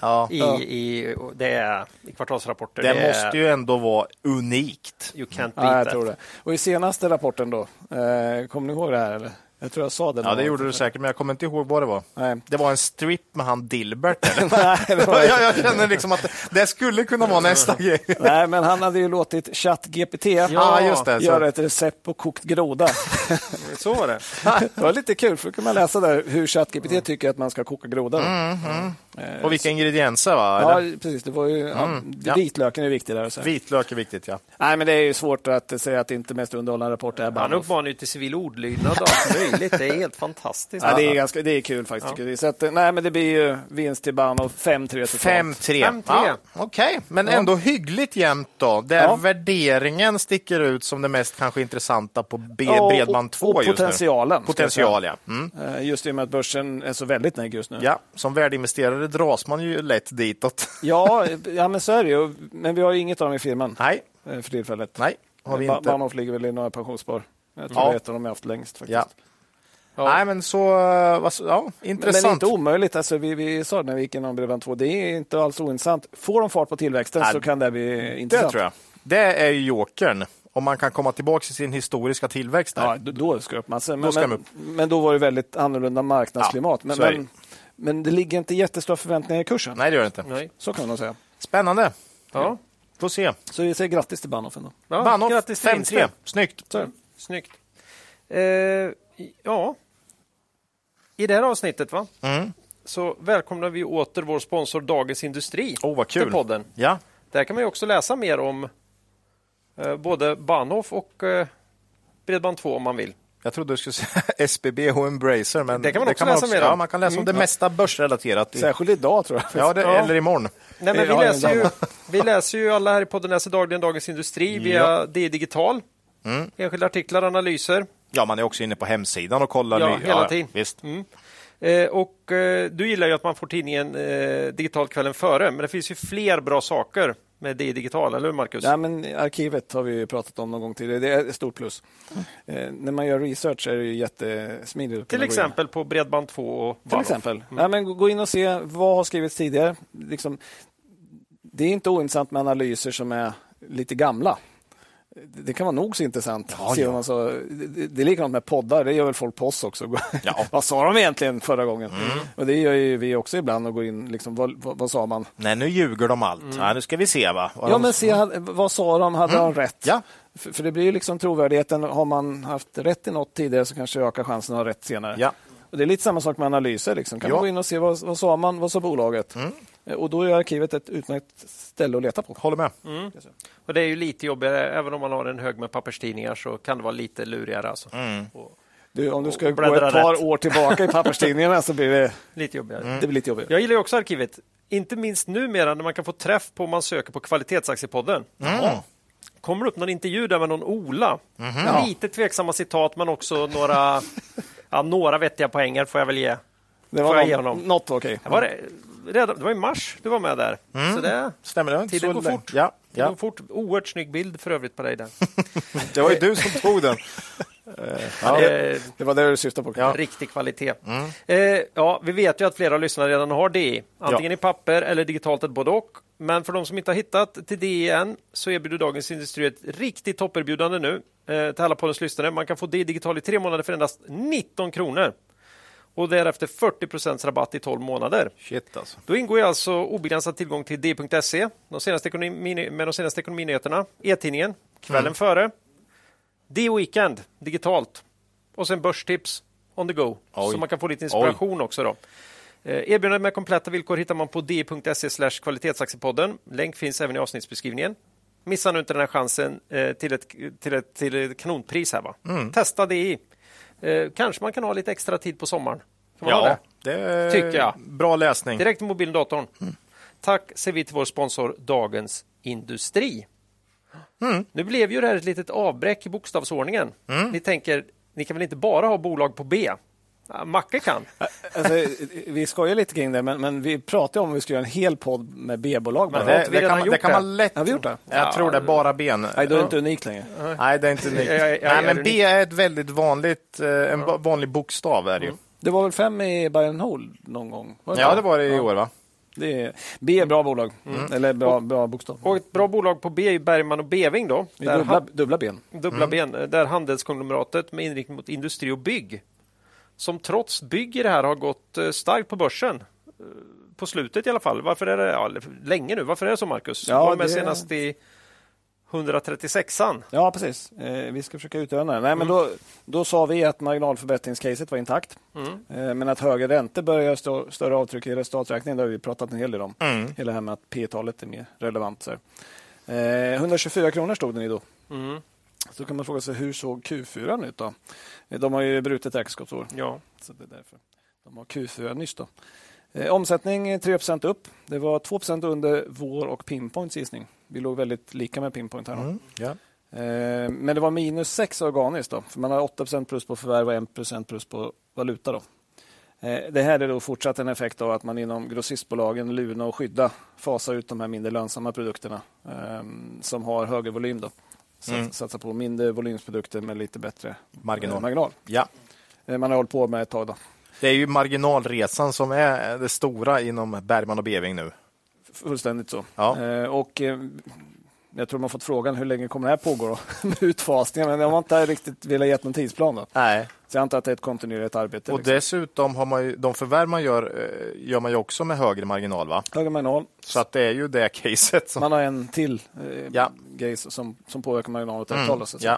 i kvartalsrapporter. Det måste ju ändå vara unikt. You can't beat Ja, jag that. tror det. Och i senaste rapporten då, kommer ni ihåg det här? Eller? Jag tror jag sa det. Ja, det gjorde du säkert, men jag kommer inte ihåg vad det var. Nej. Det var en strip med han Dilbert. Eller? Nej, det var jag känner liksom att det skulle kunna vara nästa grej. Nej, men han hade ju låtit ChatGPT just det, göra ett recept på kokt groda. Så var det. Det var lite kul, för då kan man läsa där hur ChatGPT tycker att man ska koka groda. Och vilka ingredienser, va? Ja, Eller? precis. Det var ju, vitlöken är viktig där. Så. Vitlök är viktigt, ja. Nej, men det är ju svårt att säga att det inte mest underhållande rapport är Han Bahnhof. uppmanar ju till civil ordlydnad och allt möjligt. Det är helt fantastiskt. Ja, det är kul faktiskt. Tycker vi. Så att, nej, men det blir ju vinst till Bahnhof 5-3 totalt. 5-3. Ja, okej, men ändå hyggligt jämnt då. Där värderingen sticker ut som det mest kanske intressanta på Bredband2 och just potentialen. nu. Potential, ja. Just i och med att börsen är så väldigt negg just nu. Ja, som värdeinvesterare dras man ju lätt ditåt. Ja, men så är det ju. Men vi har ju inget av dem i firman. Nej. För tillfället. Nej, har vi inte. Bahnhof ligger väl i några pensionsspar. Jag tror det är ett av dem jag haft längst faktiskt. Ja. Nej, men så intressant. Men inte omöjligt. Alltså, vi sa det när vi gick igenom Bredband2. Det är inte alls ointressant. Får de fart på tillväxten så kan det bli intressant. Det tror jag. Det är ju jokern. Om man kan komma tillbaka till sin historiska tillväxt. Där. Ja, då ska upp massor. Men, men då var det väldigt annorlunda marknadsklimat. Men det ligger inte jättestora förväntningar i kursen. Nej, det gör det inte. Nej. Så kan man säga. Spännande. Ja. Får se. Så vi säger grattis till Bahnhof ändå. Ja, Bahnhof grattis till 5-3. vinsten. Snyggt. Snyggt. Ja. I det här avsnittet så välkomnar vi åter vår sponsor Dagens Industri Vad kul. till podden. Ja. Där kan man ju också läsa mer om både Bahnhof och Bredband2 om man vill. Jag trodde du skulle säga SBB och Embracer, men det kan man också läsa mer om. Ja, man kan läsa om det mesta börsrelaterat. Särskilt idag tror jag. Ja, eller imorgon. Nej, men vi läser ju alla här i podden läser dagligen Dagens Industri via DI Digital. Enskilda artiklar, analyser. Ja, man är också inne på hemsidan och kollar hela tiden. Visst. Och du gillar ju att man får tidningen digitalt kvällen före, men det finns ju fler bra saker med DI Digital, eller hur Marcus? Ja, men arkivet har vi pratat om någon gång tidigare. Det är ett stort plus. När man gör research är det ju jättesmidigt. Till exempel på Bredband2 och Bahnhof. Till exempel. Ja, men gå in och se vad har skrivits tidigare. Liksom, det är inte ointressant med analyser som är lite gamla. Det kan vara nog så intressant. Det är likadant med poddar. Det gör väl folk på oss också. Ja. Vad sa de egentligen förra gången? Och det gör ju vi också ibland och går in. Liksom, vad sa man? Nej, nu ljuger de allt. Ja, nu ska vi se, va? Men vad sa de? Hade de rätt? Ja. För det blir ju liksom trovärdigheten. Har man haft rätt i något tidigare så kanske ökar chansen att ha rätt senare. Ja. Och det är lite samma sak med analyser. Liksom. Kan man gå in och se vad sa man? Vad sa bolaget? Och då är arkivet ett utmärkt ställe att leta på. Håller med. Och det är ju lite jobbigare, även om man har en hög med papperstidningar så kan det vara lite lurigare. Alltså. Om du ska gå ett par år tillbaka i papperstidningarna så blir det lite jobbigare. Det blir lite jobbigare. Jag gillar ju också arkivet. Inte minst numera när man kan få träff på om man söker på Kvalitetsaktiepodden. Kommer upp någon intervju där med någon Ola. Lite tveksamma citat men också några vettiga poänger får jag väl ge. Det Får jag var igenom. något okej. Det var i mars du var med där. Så det Stämmer det? tiden går fort. Ja. Det går fort. Oerhört snygg bild för övrigt på dig där. Det var ju du som tog den. Det var det du syftade på. Ja. Riktig kvalitet. Vi vet ju att flera lyssnare redan har DI. Antingen i papper eller digitalt, ett både och. Men för de som inte har hittat till DI än så erbjuder Dagens Industri ett riktigt topperbjudande nu till alla poddens lyssnare. Man kan få DI digital i 3 månader för endast 19 kronor. Och därefter 40% rabatt i 12 månader. Shit alltså. Då ingår ju alltså obegränsad tillgång till di.se med de senaste ekonominyheterna, e-tidningen, kvällen före, Weekend digitalt och sen börstips on the go. Oj. Så man kan få lite inspiration också då. Erbjudandet med kompletta villkor hittar man på di.se/kvalitetsaktiepodden. Länk finns även i avsnittsbeskrivningen. Missa nu inte den här chansen till ett kanonpris här va. Testa DI. Kanske man kan ha lite extra tid på sommaren. Kan man ha det tycker jag. Bra läsning. Direkt i mobilen och datorn. Tack säger vi till vår sponsor Dagens Industri. Nu blev ju det här ett litet avbräck i bokstavsordningen. Ni tänker, ni kan väl inte bara ha bolag på B? Macke kan. Alltså, vi skojar lite kring det, men vi pratade om att vi skulle göra en hel podd med B-bolag. Men Det kan man lätt. Har vi gjort det? Jag tror det är bara B. Nej, då är det inte unikt längre. Nej, det är inte unikt. Nej, men B är ett väldigt vanligt, en vanlig bokstav är det ju. Det var väl 5 i Bayern Hole någon gång? Ja, det var det i år va? B är bra bolag. Eller bra bokstav. Och ett bra bolag på B är Bergman och Beving då. Dubbla ben. Dubbla ben. Där handelskonglomeratet med inriktning mot industri och bygg. Som trots bygg i det här har gått starkt på börsen. På slutet i alla fall. Varför är det länge nu? Varför är det så, Marcus? Ja, var med senast i 136an. Ja, precis. Vi ska försöka utröna det. Nej, men då sa vi att marginalförbättringscaset var intakt. Men att högre räntor börjar göra större avtryck i resultaträkningen. Det har vi pratat en hel del om. Hela det här med att P-talet är mer relevant. Så 124 kronor stod den i då. Så kan man fråga sig, hur såg Q4 ut då? De har ju brutit räkenskapsår. Ja. Så det är därför. De har Q4 nyss då. Omsättning 3% upp. Det var 2% under vår och Pinpoints gissning. Vi låg väldigt lika med Pinpoint här då. Ja. Men det var -6 organiskt då. För man har 8% plus på förvärv och 1% plus på valuta då. Det här är då fortsatt en effekt av att man inom grossistbolagen Luna och Skydda fasar ut de här mindre lönsamma produkterna som har högre volym då. Satsa på mindre volymsprodukter med lite bättre marginal. Ja. Man har hållit på med ett tag då. Det är ju marginalresan som är det stora inom Bergman och Beving nu. Fullständigt så. Ja. Och jag tror man fått frågan hur länge kommer det här pågå då? Med utfasningen, men jag har inte riktigt velat ge någon tidsplan då. Nej. Så jag antar att det är ett kontinuerligt arbete. Och dessutom har man ju, de förvärv man gör man ju också med högre marginal va? Högre marginal. Så att det är ju det caset som... Man har en till grej som påverkar marginalen åt rätt håll. Ja.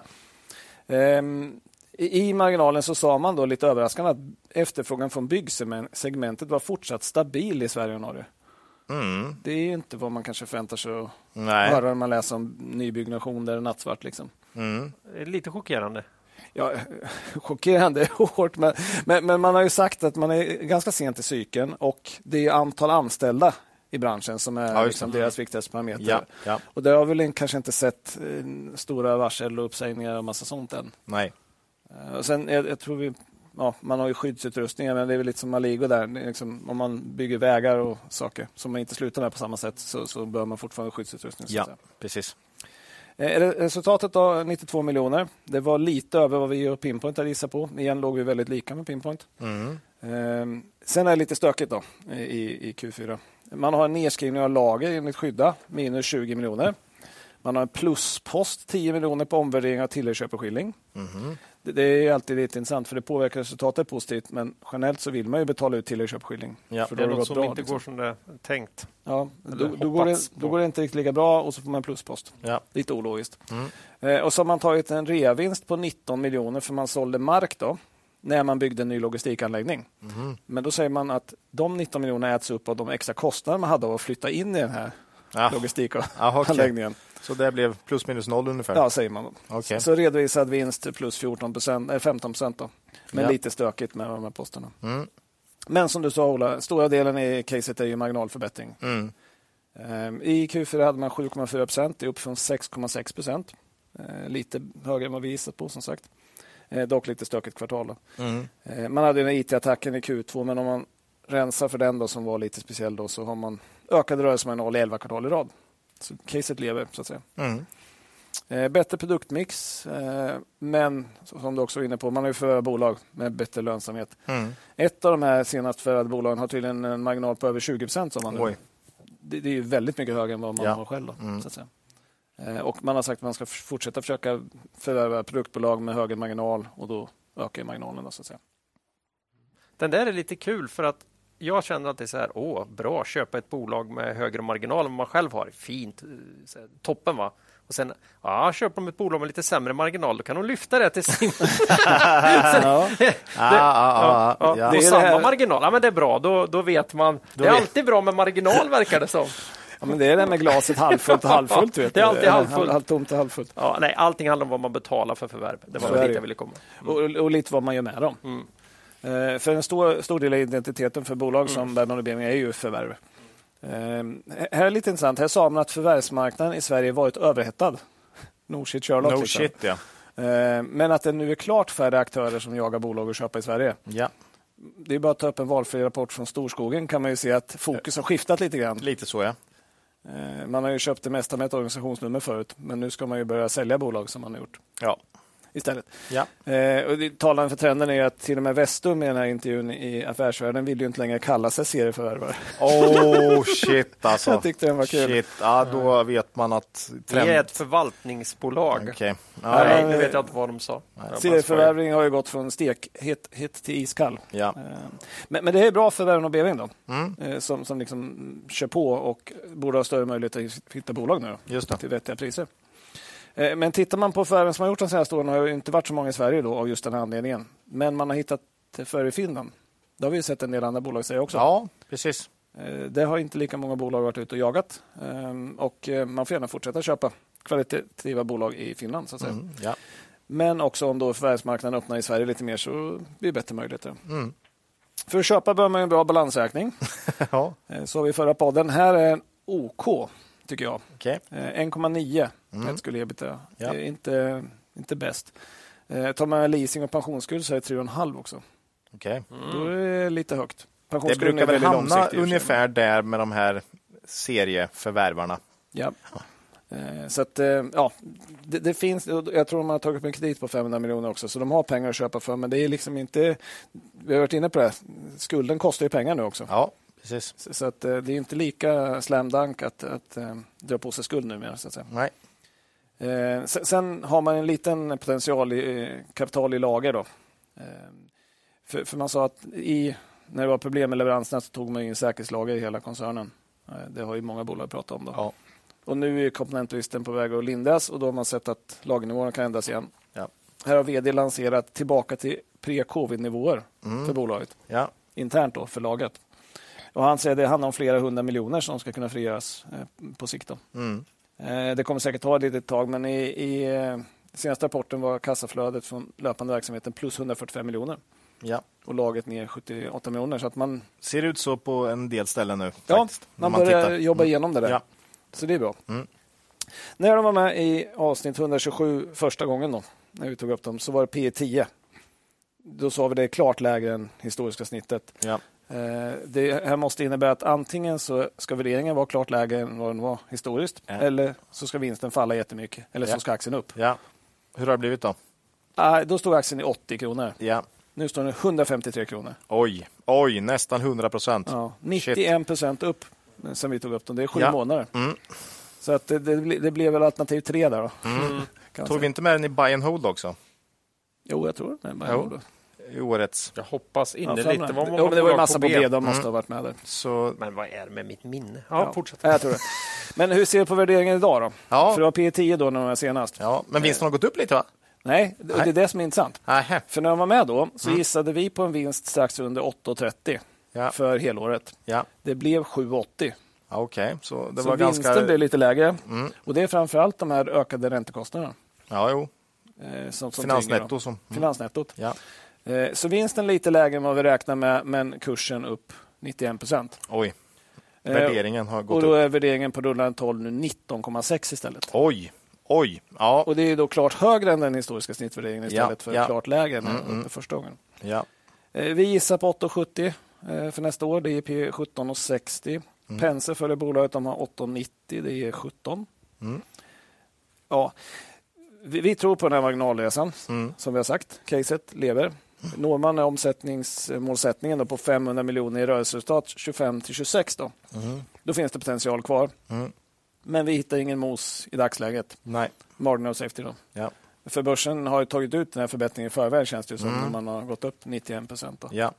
I marginalen så sa man då lite överraskande att efterfrågan från byggsegmentet var fortsatt stabil i Sverige och Norge. Det är inte vad man kanske förväntar sig att höra när man läser om nybyggnation där det är nattsvart. Liksom. Det är lite chockerande. Ja, chockerande är hårt, men man har ju sagt att man är ganska sent i cykeln och det är antal anställda i branschen som är liksom deras viktigaste parameter. Ja. Och det har väl kanske inte sett stora varsel och uppsägningar och massa sånt än. Nej. Och sen jag tror man har ju skyddsutrustningar, men det är väl lite som Maligo där. Liksom, om man bygger vägar och saker som man inte slutar med på samma sätt så bör man fortfarande skyddsutrustning. Ja, precis. Resultatet då, 92 miljoner. Det var lite över vad vi och Pinpoint hade gissat på. Igen låg vi väldigt lika med Pinpoint. Sen är det lite stökigt då i Q4. Man har en nedskrivning av lager enligt Skydda, -20 miljoner. Man har en pluspost, 10 miljoner på omvärdering av tilläggsköpeskilling. Det är alltid lite intressant för det påverkar resultatet positivt, men generellt så vill man ju betala ut tilläggsköpeskilling. Ja, för det är då något som bra, inte liksom. går som det är tänkt. Ja, då går det inte riktigt lika bra och så får man en pluspost. Ja. Lite ologiskt. Och så har man tagit en reavinst på 19 miljoner för man sålde mark då när man byggde en ny logistikanläggning. Men då säger man att de 19 miljonerna äts upp av de extra kostnader man hade av att flytta in i den här logistikanläggningen. Så det blev plus minus noll ungefär? Ja, säger man då. Okay. Så redovisad vinst plus 15% då. Men lite stökigt med de här posterna. Men som du sa, Ola, stora delen i caset är ju marginalförbättring. I Q4 hade man 7,4%, det är upp från 6,6%. Lite högre än vad vi gissat på som sagt. Dock lite stökigt kvartal. Man hade den IT-attacken i Q2, men om man rensar för den då, som var lite speciell då, så har man ökade rörelsemarginal i 11 kvartal i rad. Så caset lever, så att säga. Bättre produktmix, men som du också är inne på, man har ju förvärvat bolag med bättre lönsamhet. Ett av de här senast förvärvade bolagen har tydligen en marginal på över 20%. Som man det är ju väldigt mycket högre än vad man har själv. Då, så att säga. Och man har sagt att man ska fortsätta försöka förvärva produktbolag med högre marginal, och då ökar marginalen. Då, så att säga. Den där är lite kul, för att jag känner att det är så här, bra, köpa ett bolag med högre marginal än man själv har. Fint, så här, toppen va? Och sen, köper de ett bolag med lite sämre marginal, då kan de lyfta det till sin. Det är samma marginal. Ja, men det är bra, då vet man. Det är alltid bra med marginal, verkar det som. Ja, men det är det med glaset halvfullt och halvfullt. Vet det är alltid halvfullt. Halvtomt och halvfullt. Ja, nej, allting handlar om vad man betalar för förvärv. Det var dit jag ville komma. Och lite vad man gör med dem. För en stor del av identiteten för bolag som Bergman & Beving är ju förvärv. Här är lite intressant. Här sa man att förvärvsmarknaden i Sverige varit överhettad. No shit Sherlock. No shit, ja. Men att det nu är klart färre aktörer som jagar bolag och köpa i Sverige. Ja. Det är bara att ta upp en valfri rapport från Storskogen, kan man ju se att fokus har skiftat lite grann. Lite så, ja. Man har ju köpt det mesta med ett organisationsnummer förut, men nu ska man ju börja sälja bolag som man har gjort. Ja. Istället. Ja. Och det talande för trenden är att till och med Vestum i den här intervjun i Affärsvärlden vill ju inte längre kalla sig serieförvärvare. Shit alltså. Jag tyckte den var kul. Shit. Ja, då vet man att det är ett förvaltningsbolag. Okay. Nej, nu vet jag inte vad de sa. Serieförvärvning har ju gått från hett till iskall. Ja. Men det är bra för Bergman & Beving då. Som liksom kör på och borde ha större möjlighet att hitta bolag nu då, just det. Till vettiga priser. Men tittar man på förvärven som har gjort de senaste åren, har ju inte varit så många i Sverige då, av just den här anledningen. Men man har hittat förvärv i Finland. Det har vi sett en del andra bolag säga också. Ja, precis. Det har inte lika många bolag varit ute och jagat. Och man får gärna fortsätta köpa kvalitativa bolag i Finland, så att säga. Ja. Men också om då förvärvsmarknaden öppnar i Sverige lite mer, så blir det bättre möjligheter. För att köpa bör man en bra balansräkning. Ja. Så har vi förra podden. Här är en OK, tycker jag. Okay. 1,9 skulle ebitda. Ja. Det är inte bäst. Tar man leasing och pensionsskuld så är det 3,5 också. Okay. Då är det lite högt. Det brukar väl hamna ungefär där med de här serieförvärvarna. Ja. Så att, det finns, jag tror de har tagit upp en kredit på 500 miljoner också, så de har pengar att köpa för, men det är liksom inte, vi har varit inne på det, skulden kostar ju pengar nu också. Ja, precis. Så att det är inte lika slam dunk att dra på sig skuld numera, så att säga. Nej. Sen har man en liten potential kapital i lager då. För man sa att när det var problem med leveranserna så tog man in säkerhetslager i hela koncernen. Det har ju många bolag pratat om då. Ja. Och nu är komponentbristen på väg att lindras, och då har man sett att lagernivåerna kan ändras igen. Ja. Här har vd lanserat tillbaka till pre-covid-nivåer för bolaget. Ja. Internt då, för laget. Och han säger att det handlar om flera 100 miljoner som ska kunna frigöras på sikt. Då. Det kommer säkert ta ett litet tag, men i senaste rapporten var kassaflödet från löpande verksamheten plus 145 miljoner. Ja. Och laget ner 78 miljoner. Så att man ser ut så på en del ställen nu. Ja, faktiskt, man börjar jobba igenom det där. Ja. Så det är bra. När de var med i avsnitt 127 första gången då, när vi tog upp dem, så var det P 10. Då sa vi det är klart lägre än historiska snittet. Ja. Det här måste innebära att antingen så ska värderingen vara klart lägre än vad den var historiskt, eller så ska vinsten falla jättemycket, eller så ska aktien upp. Ja. Hur har det blivit då? Då stod aktien i 80 kronor. Ja. Nu står den 153 kronor. Oj, nästan 100%. Ja, 91% upp sen vi tog upp dem. Det är 7 månader. Så att det blev väl alternativ 3 där då. Tog vi inte med den i buy and hold också? Jo, jag tror det. Buy and hold. I årets. Jag hoppas innerligt. Det var en massa på B. De måste ha varit med där. Så... Men vad är det med mitt minne? Fortsätt. Jag tror det. Men hur ser du på värderingen idag då? Ja. För det var P10 då när de var senast. Ja, men vinsten har gått upp lite va? Nej, det är det som är intressant. Aha. För när de var med då så gissade vi på en vinst strax under 8,30 för helåret. Ja. Det blev 7,80. Okej. Så det så var vinsten ganska... blev lite lägre. Och det är framförallt de här ökade räntekostnaderna. Ja, jo. Som Finansnetto. Finansnettot. Ja. Så vinsten lite lägre än vad vi räknar med, men kursen upp 91%. Oj. Värderingen har gått upp. Och då är värderingen på rullande 12 nu 19,6 istället. Oj. Ja. Och det är då klart högre än den historiska snittvärderingen istället för klart lägre än första gången. Ja. Vi gissar på 8,70 för nästa år. Det är P 17,60. Penser följer bolaget, de har 8,90. Det är 17. Ja, vi tror på den här marginalresan som vi har sagt. Caset lever. Når man omsättningsmålsättningen då på 500 miljoner i rörelseresultat 25-26 då. Då finns det potential kvar. Men vi hittar ingen mos i dagsläget. Nej. Margin of safety då. Ja. För börsen har ju tagit ut den här förbättringen i förväg, känns det som, när man har gått upp 91%. Då. Ja.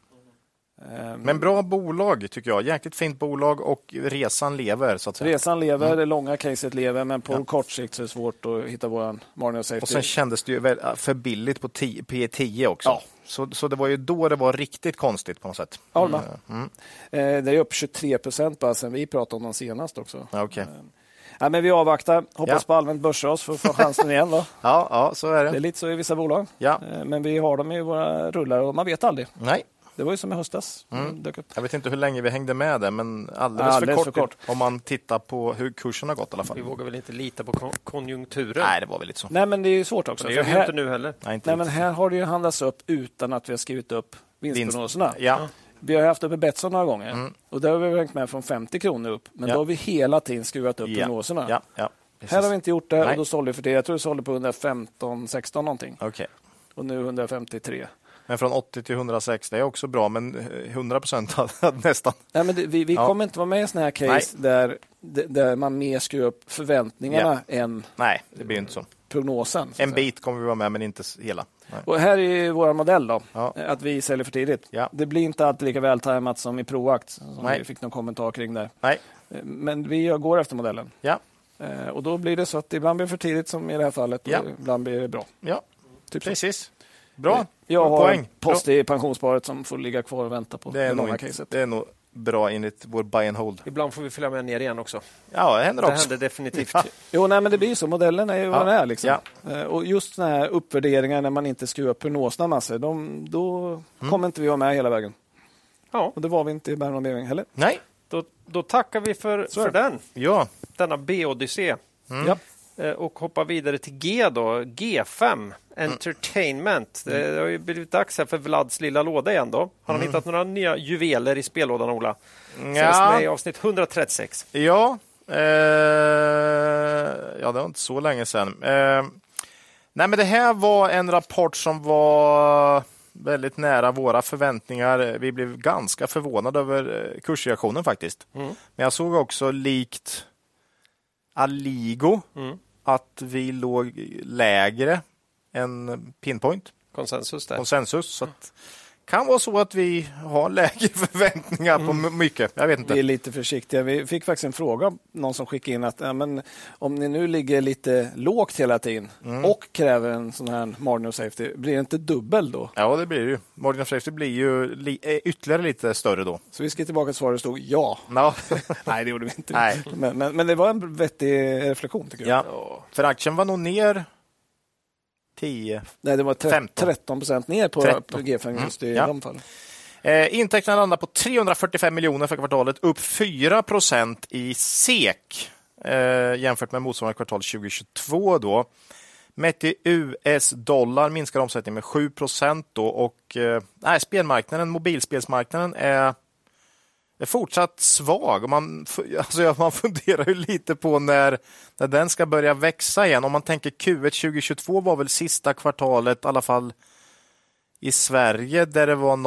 Men bra bolag tycker jag. Jäkligt fint bolag och resan lever så att säga. Resan lever, det långa caset lever, men på kort sikt så är det svårt att hitta våran margin of safety. Och sen kändes det ju för billigt på P10 också. Ja. Så det var ju då det var riktigt konstigt på något sätt. Ja, det är upp 23% bara sen vi pratade om dem senast också. Ja, okay. Ja, men vi avvaktar. Hoppas på allmänt börsras för att få chansen igen. Då. Ja, så är det. Det är lite så i vissa bolag. Ja. Men vi har dem i våra rullar och man vet aldrig. Nej. Det var ju som i höstas. Jag vet inte hur länge vi hängde med det, men alldeles för kort om man tittar på hur kursen har gått i alla fall. Vi vågar väl inte lita på konjunkturen? Nej, det var väl lite så. Nej, men det är ju svårt också. Det gör vi inte nu heller. Nej, men här har det ju handlats upp utan att vi har skrivit upp vinstprognoserna. Ja. Vi har haft uppe Betsson några gånger och där har vi hängt med från 50 kronor upp. Men då har vi hela tiden skruvat upp prognoserna. Ja. Här har vi inte gjort det och då sålde vi för det. Jag tror vi sålde på 115-16 någonting. Okay. Och nu 153. Men från 80 till 106, det är också bra, men 100% nästan. Nej, men vi kommer inte vara med i såna här case där man mer skruvar upp förväntningarna än Nej, det blir inte så. Prognosen. En bit kommer vi vara med, men inte hela. Nej. Och här är vår modell då, att vi säljer för tidigt. Ja. Det blir inte alltid lika vältajmat som i Proact, som vi fick någon kommentar kring där. Nej. Men vi går efter modellen. Ja. Och då blir det så att ibland blir det för tidigt som i det här fallet och ibland blir det bra. Ja, typ precis. Bra. Jag har poäng. post i pensionssparet som får ligga kvar och vänta på det långa caset. Det är nog bra enligt vår buy and hold. Ibland får vi följa med ner igen också. Ja, det händer också. Det händer definitivt. Men det blir så. Modellen är ju vad den är. Liksom. Och just såna här uppvärderingar när man inte skruvar upp prognoserna massor, då kommer inte vi vara med hela vägen. Ja. Och det var vi inte i Bergman & Beving heller. Nej. Då tackar vi för den. Ja. Denna B-odyssé. Och hoppar vidare till G då. G5. Entertainment. Det har ju blivit dags här för Vlads lilla låda igen då. Har han hittat några nya juveler i spellådan, Ola? Senast med i avsnitt 136. Ja. Det var inte så länge sedan. Nej, men det här var en rapport som var väldigt nära våra förväntningar. Vi blev ganska förvånade över kursreaktionen faktiskt. Men jag såg också likt Alligo att vi låg lägre än Pinpoint. Konsensus. Så att kan vara så att vi har lägre förväntningar på mycket. Jag vet inte. Vi är lite försiktiga. Vi fick faktiskt en fråga, någon som skickade in att men om ni nu ligger lite lågt hela tiden och kräver en sån här margin of safety, blir det inte dubbel då? Ja, det blir det ju. Margin of safety blir ju ytterligare lite större då. Så vi ska tillbaka till svaret, det stod ja. No. Nej, det gjorde vi inte. Nej. Men det var en vettig reflektion tycker jag. Ja. För aktien var nog ner 10. Nej, det var 13% ner på 13. G5 just i de fallen. Intäkterna landar på 345 miljoner för kvartalet, upp 4% i SEK jämfört med motsvarande kvartal 2022 då. Mätt i US-dollar minskar omsättningen med 7% då och spelmarknaden, mobilspelsmarknaden är fortsatt svag. Och man funderar ju lite på när den ska börja växa igen. Om man tänker Q1 2022 var väl sista kvartalet i alla fall i Sverige där det var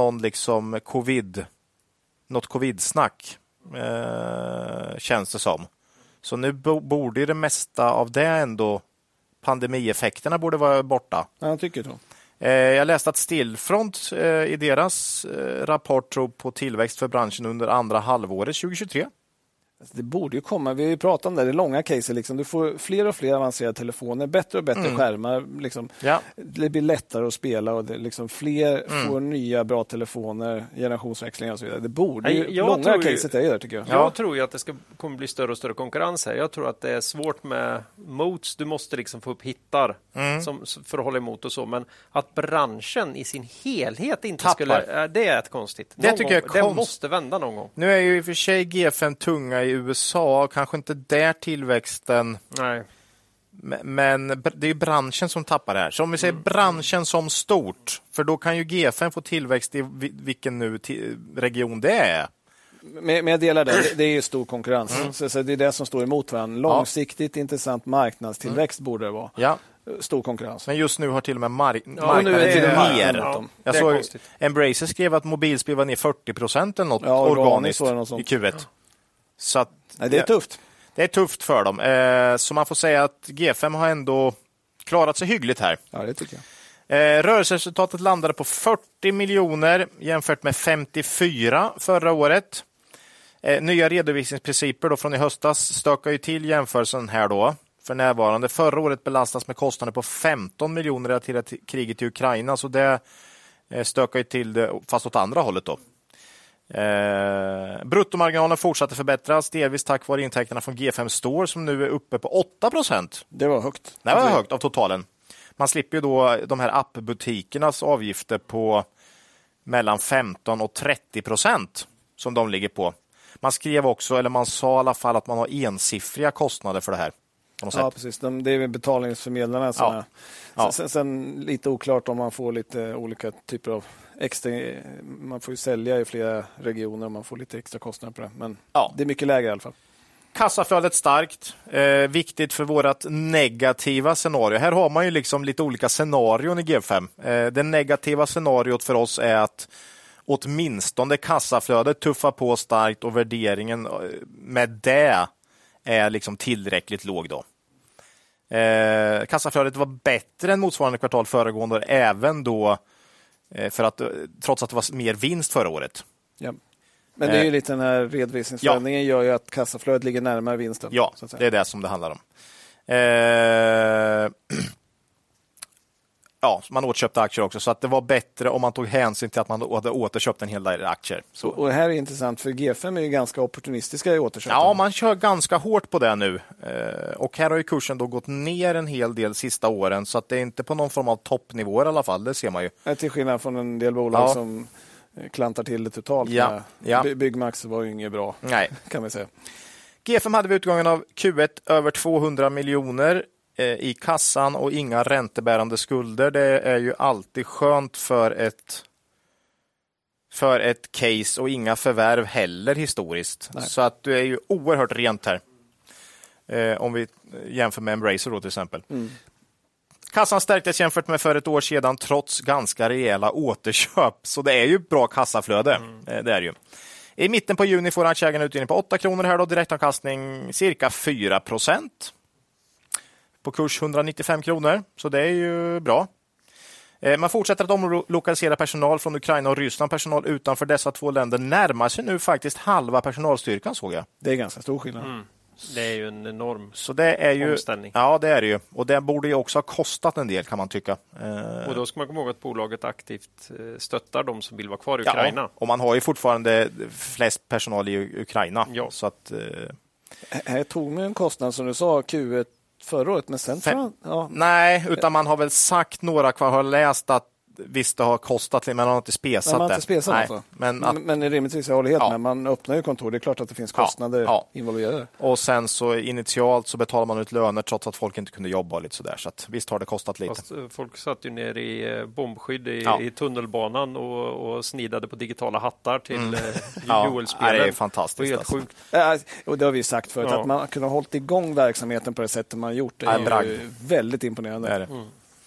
något covid-snack känns det som. Så nu borde det mesta av det ändå, pandemieffekterna borde vara borta. Ja, jag tycker så. Jag läste att Stillfront i deras rapport tror på tillväxt för branschen under andra halvåret 2023. Det borde ju komma. Vi har ju pratat om det långa caset. Liksom. Du får fler och fler avancerade telefoner, bättre och bättre skärmar. Liksom. Ja. Det blir lättare att spela och fler får nya bra telefoner, generationsväxlingar och så vidare. Det borde ju, långa caset är det tycker jag. Jag tror ju att det kommer bli större och större konkurrens här. Jag tror att det är svårt med mots. Du måste få upp hittar för att hålla emot och så. Men att branschen i sin helhet inte skulle... Det är ett konstigt. Det tycker jag är konstigt. Det måste vända någon gång. Nu är ju i och för sig G5 tunga i USA, kanske inte där tillväxten Men det är ju branschen som tappar det här. Så om vi säger branschen som stort, för då kan ju G5 få tillväxt i vilken nu region det är. Men jag delar det. Det är ju stor konkurrens. Så det är det som står emot varandra. Långsiktigt intressant marknadstillväxt borde det vara. Ja. Stor konkurrens. Men just nu har till och med marknaden ner. Ja, jag såg Embracer skrev att mobilspel var ner 40% eller något organiskt i Q1. Så att, nej, det är tufft. Det är tufft för dem. Så man får säga att G5 har ändå klarat sig hyggligt här. Ja, det tycker jag. Rörelseresultatet landade på 40 miljoner jämfört med 54 förra året. Nya redovisningsprinciper då från i höstas stökar ju till jämförelsen här då. För närvarande. Förra året belastas med kostnader på 15 miljoner relaterat till kriget i Ukraina. Så det stökar ju till det, fast åt andra hållet då. Bruttomarginalen fortsatte förbättras, delvis tack vare intäkterna från G5 Store som nu är uppe på 8%. Det var högt. Det var högt av totalen. Man slipper ju då de här appbutikernas avgifter på mellan 15 och 30% som de ligger på. Man skrev också, eller man sa i alla fall att man har ensiffriga kostnader för det här. Ja, precis. Det är betalningsförmedlarna. Sen lite oklart om man får lite olika typer av extra. Man får ju sälja i flera regioner och man får lite extra kostnader på det. Men det är mycket lägre i alla fall. Kassaflödet starkt. Viktigt för vårt negativa scenario. Här har man ju liksom lite olika scenarion i G5. Det negativa scenariot för oss är att åtminstone kassaflödet tuffar på starkt och värderingen med det är liksom tillräckligt låg då. Kassaflödet var bättre än motsvarande kvartal föregående år, även då för att trots att det var mer vinst förra året. Ja. Men det är ju lite den här redovisningsförändringen gör ju att kassaflödet ligger närmare vinsten. Ja, så att säga. Det är det som det handlar om. Man återköpte aktier också, så att det var bättre om man tog hänsyn till att man hade återköpt en hel del aktier. Så. Och det här är intressant, för G5 är ju ganska opportunistiska i återköp. Ja, man kör ganska hårt på det nu. Och här har ju kursen då gått ner en hel del sista åren, så att det är inte på någon form av toppnivå i alla fall, det ser man ju. Till skillnad från en del bolag som klantar till det totalt. Byggmax var ju inget bra, kan vi säga. G5 hade vid utgången av Q1 över 200 miljoner i kassan och inga räntebärande skulder. Det är ju alltid skönt för ett case och inga förvärv heller historiskt. Nej. Så att du är ju oerhört rent här. Om vi jämför med Embracer då till exempel. Kassan stärktes jämfört med för ett år sedan trots ganska rejäla återköp. Så det är ju bra kassaflöde. Det är ju. I mitten på juni får aktieägarna utdelning på 8 kronor här då. Direktavkastning cirka 4%. På kurs 195 kronor. Så det är ju bra. Man fortsätter att omlokalisera personal från Ukraina och Ryssland. Personal utanför dessa två länder närmar sig nu faktiskt halva personalstyrkan, såg jag. Det är ganska stor skillnad. Det är ju en enorm så det är ju, omställning. Ja, det är det ju. Och det borde ju också ha kostat en del, kan man tycka. Och då ska man komma ihåg att bolaget aktivt stöttar de som vill vara kvar i Ukraina. Och man har ju fortfarande flest personal i Ukraina. Ja. Så att, här tog man en kostnad som du sa, Q1 förra året, men sen nej, utan man har väl sagt några kvar, har läst att visst det har kostat, men man har inte spesat det. Man har inte spesat alltså. Men rimligtvis, jag håller helt med. Man öppnar ju kontor, det är klart att det finns kostnader involverade. Och sen så initialt så betalar man ut löner trots att folk inte kunde jobba och lite sådär. Så att visst har det kostat lite. Fast folk satt ju ner i bombskydd i tunnelbanan och snidade på digitala hattar till Joel-spelen. Det är fantastiskt. Helt sjukt. Och det har vi sagt förut, att man kunde ha hållit igång verksamheten på det sättet man gjort. Det är ju väldigt imponerande. Det är det.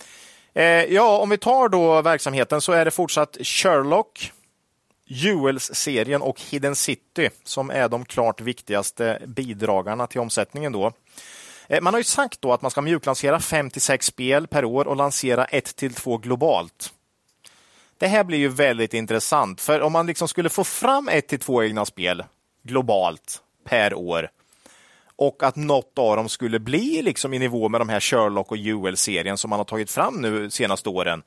Om vi tar då verksamheten så är det fortsatt Sherlock, Jewels-serien och Hidden City som är de klart viktigaste bidragarna till omsättningen då. Man har ju sagt då att man ska mjuklansera 5-6 spel per år och lansera 1-2 globalt. Det här blir ju väldigt intressant, för om man liksom skulle få fram 1-2 egna spel globalt per år och att något av dem skulle bli liksom i nivå med de här Sherlock och Jewel-serien som man har tagit fram nu senaste åren.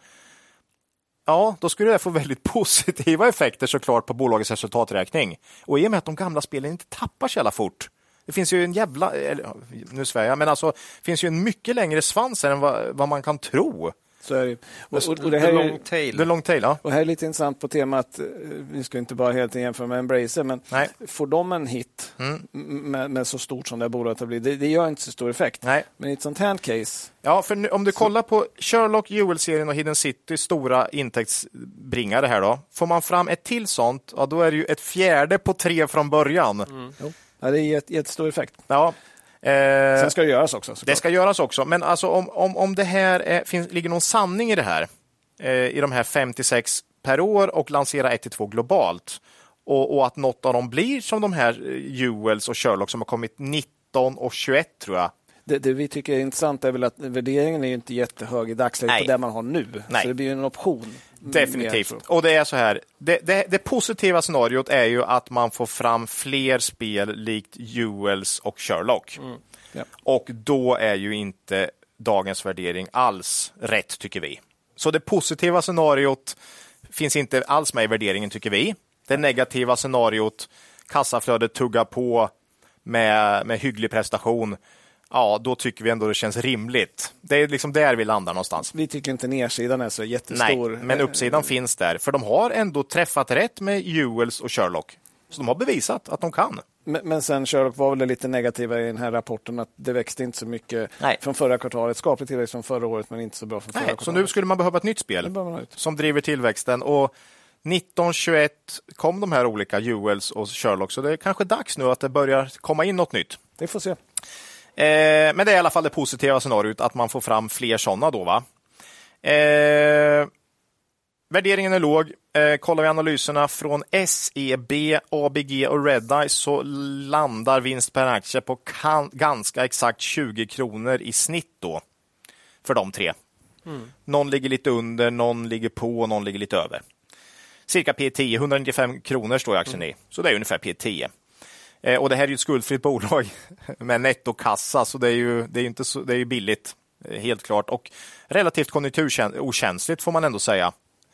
Ja, då skulle det få väldigt positiva effekter såklart på bolagets resultaträkning. Och i och med att de gamla spelen inte tappar så jävla fort. Det finns ju en finns ju en mycket längre svans än vad man kan tro. Så är det. Och det här long tail. The long tail, ja. Och här är lite intressant på temat, vi ska inte bara helt jämföra med Embracer, men får de en hit med så stort som det här bolaget har blivit, det gör inte så stor effekt. Nej. Men i ett sånt här case... Ja, för nu, om du kollar på Sherlock, Jewel-serien och Hidden City, stora intäktsbringare här då. Får man fram ett till sånt, ja, då är det ju ett fjärde på 3 från början. Ja, det är jättestor effekt. Ja. Sen ska det göras också. Såklart. Det ska göras också, men alltså om det här ligger någon sanning i det här, i de här 56 per år och lansera 1-2 globalt, och att något av dem blir som de här Jewels och Sherlock som har kommit 19 och 21 tror jag. Det vi tycker är intressant är väl att värderingen är ju inte jättehög i dagsläget på det man har nu. Nej. Så det blir ju en option. Definitivt. Och det är så här. Det positiva scenariot är ju att man får fram fler spel likt Jewels och Sherlock. Ja. Och då är ju inte dagens värdering alls rätt, tycker vi. Så det positiva scenariot finns inte alls med i värderingen, tycker vi. Det negativa scenariot, kassaflödet tuggar på med hygglig prestation, ja, då tycker vi ändå det känns rimligt. Det är liksom där vi landar någonstans. Vi tycker inte nedsidan är så jättestor. Nej, men uppsidan finns där. För de har ändå träffat rätt med Jewels och Sherlock. Så de har bevisat att de kan. Men sen Sherlock var väl lite negativa i den här rapporten, att det växte inte så mycket från förra kvartalet. Skapligt tillväxt från förra året, men inte så bra från förra kvartalet. Så nu skulle man behöva ett nytt spel som driver tillväxten. Och 1921 kom de här olika Jewels och Sherlock, så det är kanske dags nu att det börjar komma in något nytt. Det får se. Men det är i alla fall det positiva scenariot, att man får fram fler sådana då, va? Värderingen är låg. Kollar vi analyserna från SEB, ABG och Redeye, så landar vinst per aktie på ganska exakt 20 kronor i snitt då för de tre. Någon ligger lite under, någon ligger på och någon ligger lite över. Cirka P10, 195 kronor står aktien i. Så det är ungefär P10. Och det här är ju ett skuldfritt bolag med nettokassa, så det är inte så, det är ju billigt, helt klart. Och relativt konjunkturokänsligt får man ändå säga.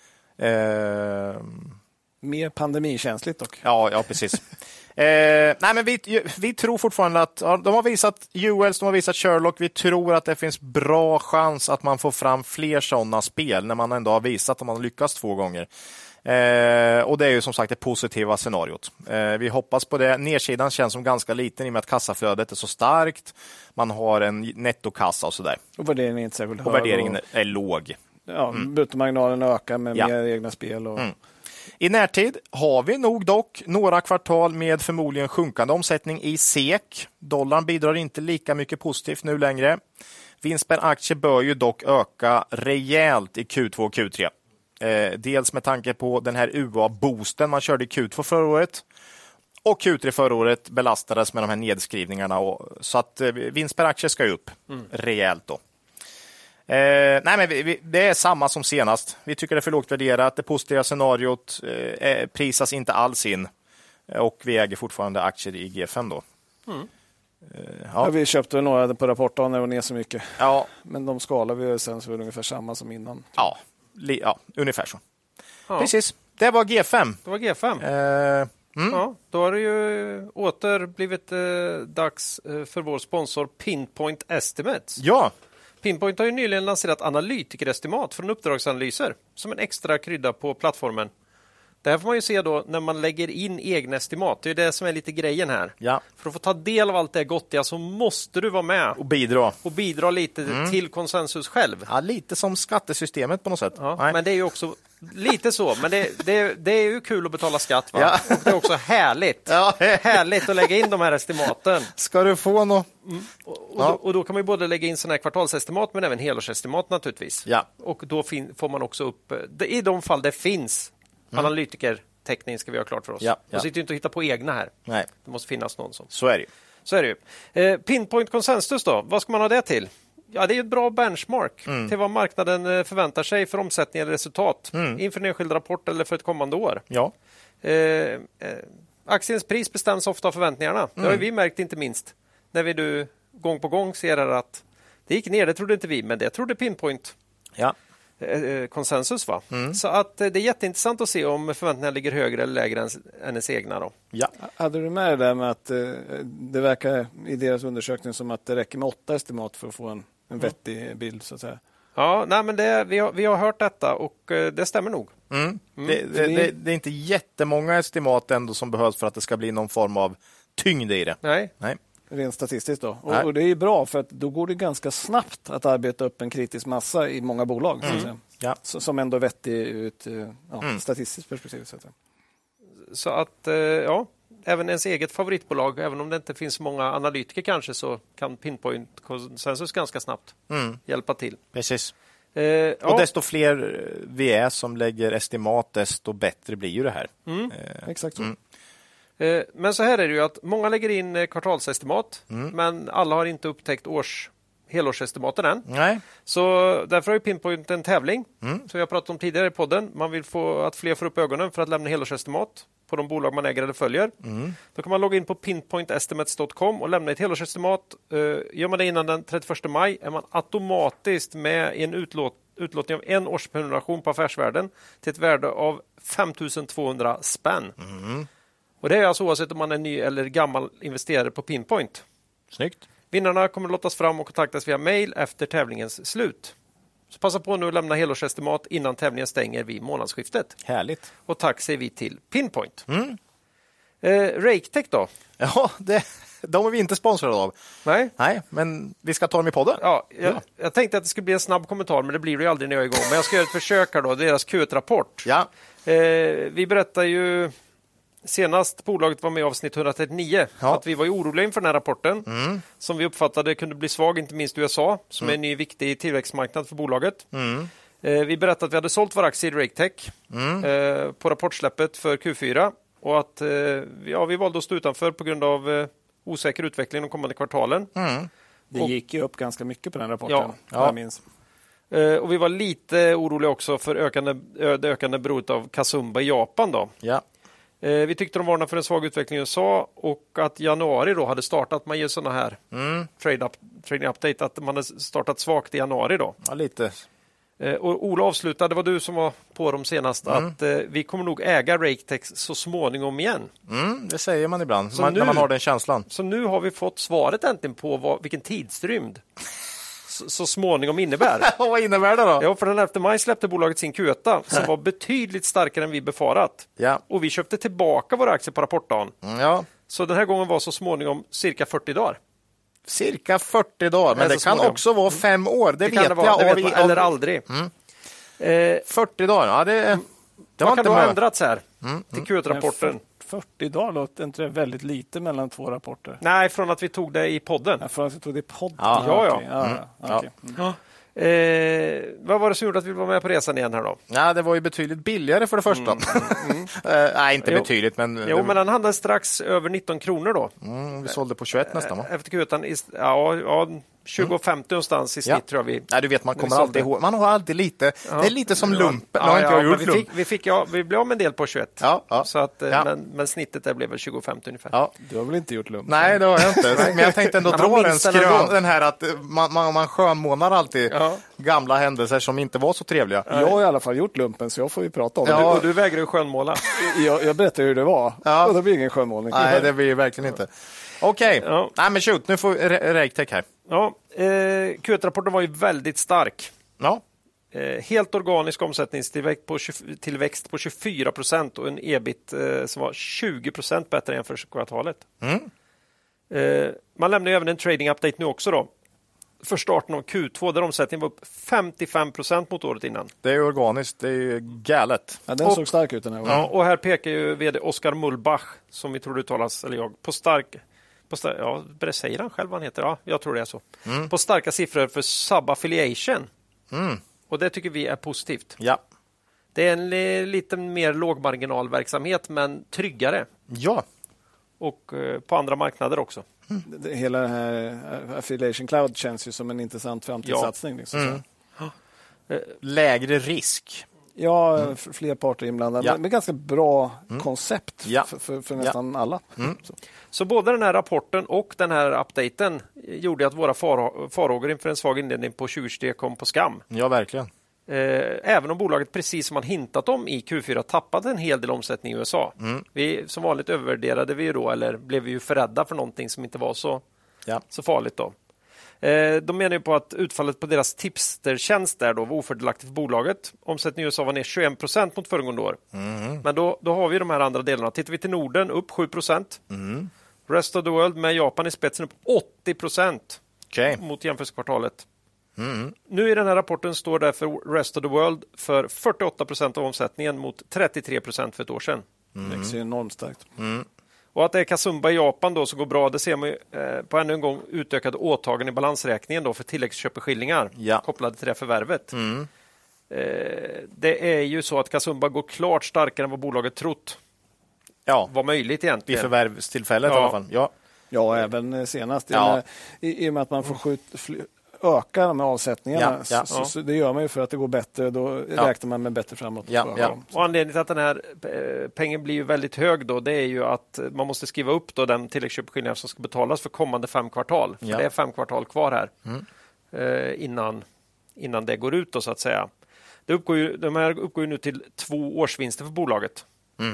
Mer pandemikänsligt dock. Ja, precis. Nej, men vi tror fortfarande att de har visat Jewels, de har visat Sherlock. Vi tror att det finns bra chans att man får fram fler sådana spel när man ändå har visat att man har lyckats 2 gånger. Och det är ju som sagt det positiva scenariot. Vi hoppas på det. Nedsidan känns som ganska liten i och med att kassaflödet är så starkt. Man har en nettokassa och sådär. Och värderingen är inte särskilt hög. Och värderingen är låg. Ja, bruttomarginalen ökar med mer egna spel. Och... I närtid har vi nog dock några kvartal med förmodligen sjunkande omsättning i SEK. Dollarn bidrar inte lika mycket positivt nu längre. Vinst per aktie bör ju dock öka rejält i Q2 och Q3. Dels med tanke på den här UA-boosten man körde i Q2 förra året. Och Q3 förra året belastades med de här nedskrivningarna. Så att vinst per aktie ska upp rejält då. Nej, men det är samma som senast. Vi tycker det är för lågt värderat. Det positiva scenariot prisas inte alls in. Och vi äger fortfarande aktier i G5 då. Ja, vi köpte några på rapporten när det var ner så mycket. Ja. Men de skalar vi sen så är det ungefär samma som innan. Ja, ungefär så. Ja. Precis, det var G5. Det var G5. Ja, då har det ju åter blivit dags för vår sponsor Pinpoint Estimates. Ja. Pinpoint har ju nyligen lanserat analytikerestimat från uppdragsanalyser som en extra krydda på plattformen. Det här får man ju se då när man lägger in egna estimat. Det är det som är lite grejen här. Ja. För att få ta del av allt det gottiga så måste du vara med. Och bidra lite till konsensus själv. Ja, lite som skattesystemet på något sätt. Ja, men det är ju också lite så. Men det är ju kul att betala skatt, va? Ja. Och det är också härligt. Härligt att lägga in de här estimaten. Ska du få något? Och då kan man ju både lägga in sådana här kvartalsestimat men även helårsestimat naturligtvis. Ja. Och då får man också upp, i de fall det finns analytikertäckning ska vi ha klart för oss. Ja. Man sitter ju inte och hittar på egna här. Nej. Det måste finnas någon som. Så är det ju. Så är det ju. Pinpoint Consensus då, vad ska man ha det till? Ja, det är ett bra benchmark till vad marknaden förväntar sig för omsättning eller resultat inför en enskild rapport eller för ett kommande år. Ja. Aktiens pris bestäms ofta av förväntningarna. Det har vi märkt inte minst när vi nu gång på gång ser att det gick ner, det trodde inte vi, men det trodde Pinpoint. Ja. Konsensus, va? Så att det är jätteintressant att se om förväntningarna ligger högre eller lägre än ens egna då. Ja. Hade du med det där med att det verkar i deras undersökning som att det räcker med 8 estimat för att få en vettig bild så att säga? Ja, nej, men vi har hört detta och det stämmer nog. Det är inte jättemånga estimat ändå som behövs för att det ska bli någon form av tyngd i det. Nej. Rent statistiskt då. Och det är bra för att då går det ganska snabbt att arbeta upp en kritisk massa i många bolag. Så att säga. Ja. Som ändå är vettig ur ett statistiskt perspektiv. Så att, ja, även ens eget favoritbolag, även om det inte finns många analytiker kanske, så kan Pinpoint Consensus ganska snabbt hjälpa till. Precis. Och desto fler vi är som lägger estimat, desto bättre blir ju det här. Exakt så. Men så här är det ju att många lägger in kvartalsestimat, men alla har inte upptäckt helårsestimaten än. Nej. Så därför har ju Pinpoint en tävling som jag pratat om tidigare i podden. Man vill få att fler får upp ögonen för att lämna helårsestimat på de bolag man äger eller följer. Då kan man logga in på pinpointestimates.com och lämna ett helårsestimat. Gör man det innan den 31 maj är man automatiskt med i en utlåtning av en årsprenumeration på Affärsvärlden till ett värde av 5 200 spänn. Och det är alltså oavsett om man är ny eller gammal investerare på Pinpoint. Snyggt. Vinnarna kommer att lottas fram och kontaktas via mail efter tävlingens slut. Så passa på nu att lämna helårsestimat innan tävlingen stänger vid månadsskiftet. Härligt. Och tack säger vi till Pinpoint. Raketech då? Ja, de är vi inte sponsrade av. Nej, men vi ska ta dem i podden. Ja, jag tänkte att det skulle bli en snabb kommentar, men det blir det ju aldrig när jag är igång. Men jag ska göra ett försök här då, deras Q1-rapport. Ja. Vi berättar ju senast bolaget var med i avsnitt 139 att vi var ju oroliga inför den här rapporten som vi uppfattade kunde bli svag, inte minst i USA som är en ny viktig tillväxtmarknad för bolaget. Vi berättade att vi hade sålt våra aktier i Raketech på rapportsläppet för Q4 och att vi valde att stå utanför på grund av osäker utveckling de kommande kvartalen. Det gick ju upp ganska mycket på den rapporten. Jag minns. Och vi var lite oroliga också för det ökande beroendet av Kasumba i Japan då. Ja. Vi tyckte de varnade för en svag utveckling i USA och att januari då hade startat, man ger sådana här trading update, att man hade startat svagt i januari då. Ja, lite. Och Ola avslutade, det var du som var på dem senast, att vi kommer nog äga Raketech så småningom igen. Det säger man ibland, när man har den känslan. Så nu har vi fått svaret äntligen på vilken tidsrymd så småningom innebär. Vad innebär det då? Ja, för den 11 maj släppte bolaget sin Q1 som var betydligt starkare än vi befarat. Ja. Och vi köpte tillbaka våra aktier på rapportdagen. Ja. Så den här gången var så småningom cirka 40 dagar. Cirka 40 dagar, men det kan också vara 5 år. Det vet jag. Eller aldrig. 40 dagar, ja det vad kan det ha ändrats här till Q1-rapporten? 40 dagar låter inte väldigt lite mellan två rapporter. Nej, från att vi tog det i podden. Ja, från att vi tog det i podden? Vad var det som gjorde att vi var med på resan igen här då? Ja, det var ju betydligt billigare för det första. Nej, inte betydligt, men... Jo, men den handlade strax över 19 kronor då. Vi sålde på 21 nästan, va? Efter Q1, 20,50 någonstans i snitt tror jag vi... Nej, du vet, man kommer alltid ihåg. Man har alltid lite... Det är lite som lumpen. Vi blev av med en del på 21. Så att, men snittet där blev väl 20,50 ungefär. Ja. Du har väl inte gjort lumpen? Nej, det har jag inte. Men jag tänkte ändå dra den här att man skönmånar alltid gamla händelser som inte var så trevliga. Jag har i alla fall gjort lumpen, så jag får ju prata om det. Och du vägrar ju skönmåla. Jag berättar hur det var. Och det blir ingen skönmålning. Nej, det blir verkligen inte. Okej. Nej, men shoot, nu får Raketech här. Ja, Q1-rapporten var ju väldigt stark. Ja. Helt organisk omsättningstillväxt på 24% och en ebit som var 20% bättre än första kvartalet. Man lämnar ju även en trading update nu också då. För starten av Q2 där omsättningen var upp 55% mot året innan. Det är organiskt, det är galet. Ja, den såg stark ut den här gången. Ja, och här pekar ju vd Oskar Mullbach, som vi tror det uttalas, eller jag, på säger han själv vad han heter? Ja, jag tror det är så. På starka siffror för sub-affiliation. Och det tycker vi är positivt. Ja. Det är en lite mer lågmarginalverksamhet, men tryggare. Ja. Och på andra marknader också. Hela den här Affiliation Cloud känns ju som en intressant framtidssatsning. Liksom. Lägre risk. Ja, fler parter inblandade. Men ganska bra koncept för nästan alla. Så både den här rapporten och den här updaten gjorde att våra farhågor inför en svag inledning på 2023 kom på skam. Ja, verkligen. Även om bolaget, precis som man hintat om i Q4, tappade en hel del omsättning i USA. Vi som vanligt övervärderade vi då, eller blev vi ju förrädda för någonting som inte var så farligt då. De menar ju på att utfallet på deras tipstertjänst där då var ofördelaktigt för bolaget. Omsättningen i USA var ner 21% mot föregående år. Men då har vi de här andra delarna. Tittar vi till Norden, upp 7%. Rest of the world med Japan i spetsen upp 80% mot jämförelsekvartalet. Nu i den här rapporten står därför Rest of the World för 48% av omsättningen mot 33% för ett år sedan. Det växer enormt starkt. Och att det är Kasumba i Japan då som går bra, det ser man ju på ännu en gång utökade åtaganden i balansräkningen då för tilläggsköpeskillingar kopplade till det förvärvet. Det är ju så att Kasumba går klart starkare än vad bolaget trott var möjligt egentligen. Vid förvärvstillfället i alla fall. Ja, även senast. I och med att man får öka de här avsättningarna. Så det gör man ju för att det går bättre. Då räknar man med bättre framåt. Och anledningen till att den här pengen blir ju väldigt hög då, det är ju att man måste skriva upp då den tilläggsköpeskillingen som ska betalas för kommande 5 kvartal. För det är 5 kvartal kvar här innan det går ut då, så att säga. De här uppgår ju nu till 2 årsvinster för bolaget.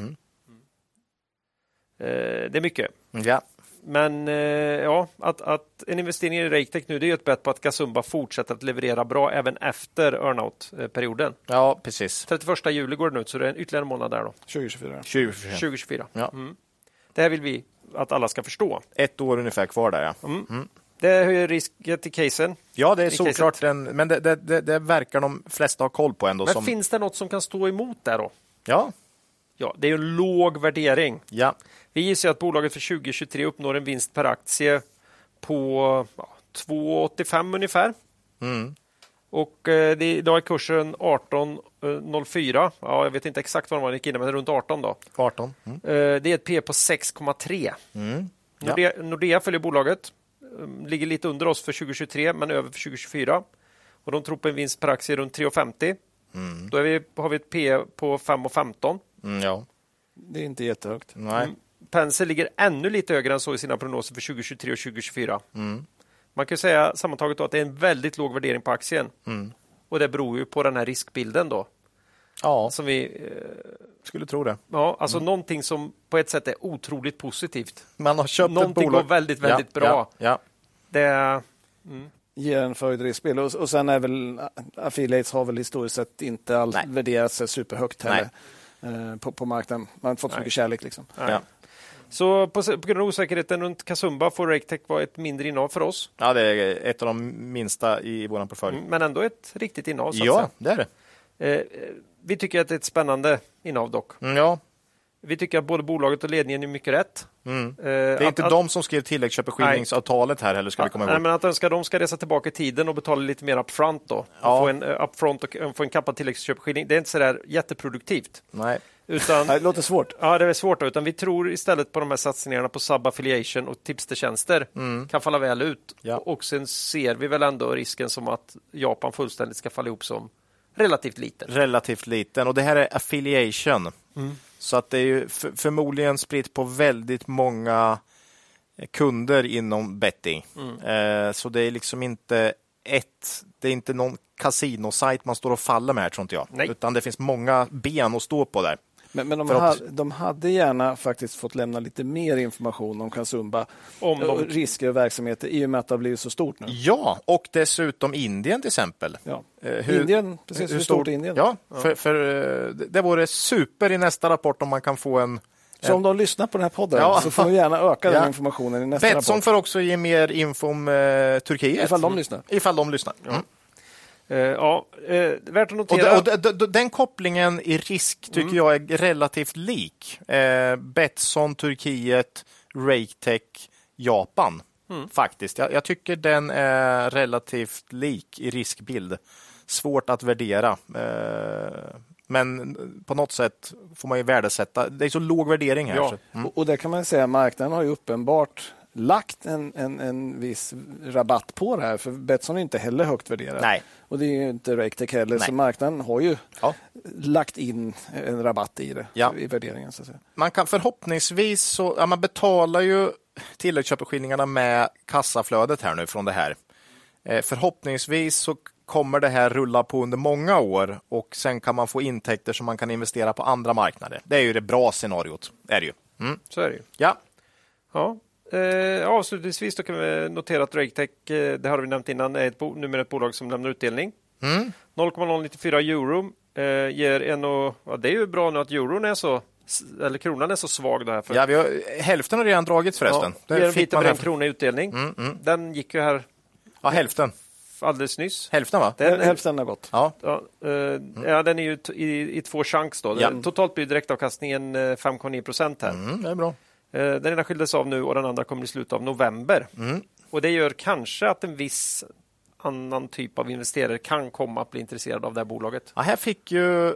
Det är mycket. Men att en investering i Raketech nu, det är ju ett bett på att Kasumba fortsätter att leverera bra även efter earnout-perioden. Ja, precis. 31 juli går den ut, så det är en ytterligare månad där då. 2024. Det här vill vi att alla ska förstå. 1 år ungefär kvar där, Det höjer risken till casen. Ja, det är såklart. Men det verkar de flesta ha koll på ändå. Men finns det något som kan stå emot där då? Ja, det är ju en låg värdering. Ja. Vi gissar att bolaget för 2023 uppnår en vinst per aktie på 2,85 ungefär. Och idag är kursen 18,04. Jag vet inte exakt vad man gick in, men runt 18 då. 18. Det är ett P på 6,3. Nordea följer bolaget. Ligger lite under oss för 2023, men över för 2024. Och de tror på en vinst per aktie runt 3,50. Då har vi ett P på 5,15. Det är inte jättehögt. Nej. Penser ligger ännu lite högre än så i sina prognoser för 2023 och 2024. Man kan säga sammantaget då att det är en väldigt låg värdering på aktien. Och det beror ju på den här riskbilden då. Ja, som vi skulle tro det. Ja, alltså någonting som på ett sätt är otroligt positivt. Man har köpt någonting ett bolag. går väldigt, väldigt bra. Det ger en förhöjd riskbild. Och sen är väl affiliates har väl historiskt sett inte alls värderat sig superhögt heller på marknaden. Man har inte fått så mycket kärlek liksom. Så på grund av osäkerheten runt Kasumba får Raketech vara ett mindre innehav för oss. Ja, det är ett av de minsta i vår portfölj. Men ändå ett riktigt innehav. Så ja, det är det. Vi tycker att det är ett spännande innehav dock. Ja. Vi tycker att både bolaget och ledningen är mycket rätt. Det är inte de som skrev tilläggsköpeskillingsavtalet här heller, ska vi komma ihåg. Nej, men att de ska resa tillbaka i tiden och betala lite mer upfront då. Få en upfront och få en kappad tilläggsköpeskilling. Det är inte så där jätteproduktivt. Nej. Det låter svårt. Ja, det är svårt. Utan vi tror istället på de här satsningarna på sub-affiliation och tipstertjänster kan falla väl ut. Och sen ser vi väl ändå risken som att Japan fullständigt ska falla ihop som relativt liten. Och det här är affiliation. Så att det är ju förmodligen spritt på väldigt många kunder inom betting. Så det är liksom inte det är inte någon kasinosajt man står och faller med här, tror inte jag. Nej. Utan det finns många ben att stå på där. Men de hade gärna faktiskt fått lämna lite mer information om Kasumba och risker och verksamheter i och med att det har blivit så stort nu. Ja, och dessutom Indien till exempel. Ja. Indien, precis hur stort är Indien? Ja, för det vore super i nästa rapport om man kan få en... Så om de lyssnar på den här podden så får vi gärna öka den informationen i nästa rapport. Betsson får också ge mer info om Turkiet. Ifall de lyssnar. Värt att notera. Och den kopplingen i risk tycker jag är relativt lik. Betsson, Turkiet, Raketech, Japan. Faktiskt. Jag tycker den är relativt lik i riskbild. Svårt att värdera. Men på något sätt får man ju värdesätta. Det är så låg värdering här. Ja. Och det kan man säga, marknaden har ju uppenbart lagt en viss rabatt på det här. För Betsson är inte heller högt värderad. Nej. Och det är ju inte Raketech heller. Nej. Så marknaden har ju lagt in en rabatt i det. I värderingen. Så att säga. Man kan förhoppningsvis så... man betalar ju tilläggsköpeskillingarna med kassaflödet här nu från det här. Förhoppningsvis så kommer det här rulla på under många år och sen kan man få intäkter som man kan investera på andra marknader. Det är ju det bra scenariot. Är det ju. Så är det ju. Ja. Avslutningsvis då kan vi notera att RakeTech, det har vi nämnt innan, är numera ett bolag som lämnar utdelning. 0,094 euro ger det är ju bra nu att euron är så, eller kronan är så svag då här. Ja, hälften har redan dragits förresten. Ja, det fick man en krona i utdelning. Den gick ju här. Ja, hälften. Alldeles nyss. Hälften va? Hälften har gått. Ja. Den är ju i 2 chans då. Ja. Totalt blir direktavkastningen 5,9% här. Det är bra. Den ena skildes av nu och den andra kommer i slutet av november. Och det gör kanske att en viss annan typ av investerare kan komma att bli intresserad av det här bolaget. Ja, här fick ju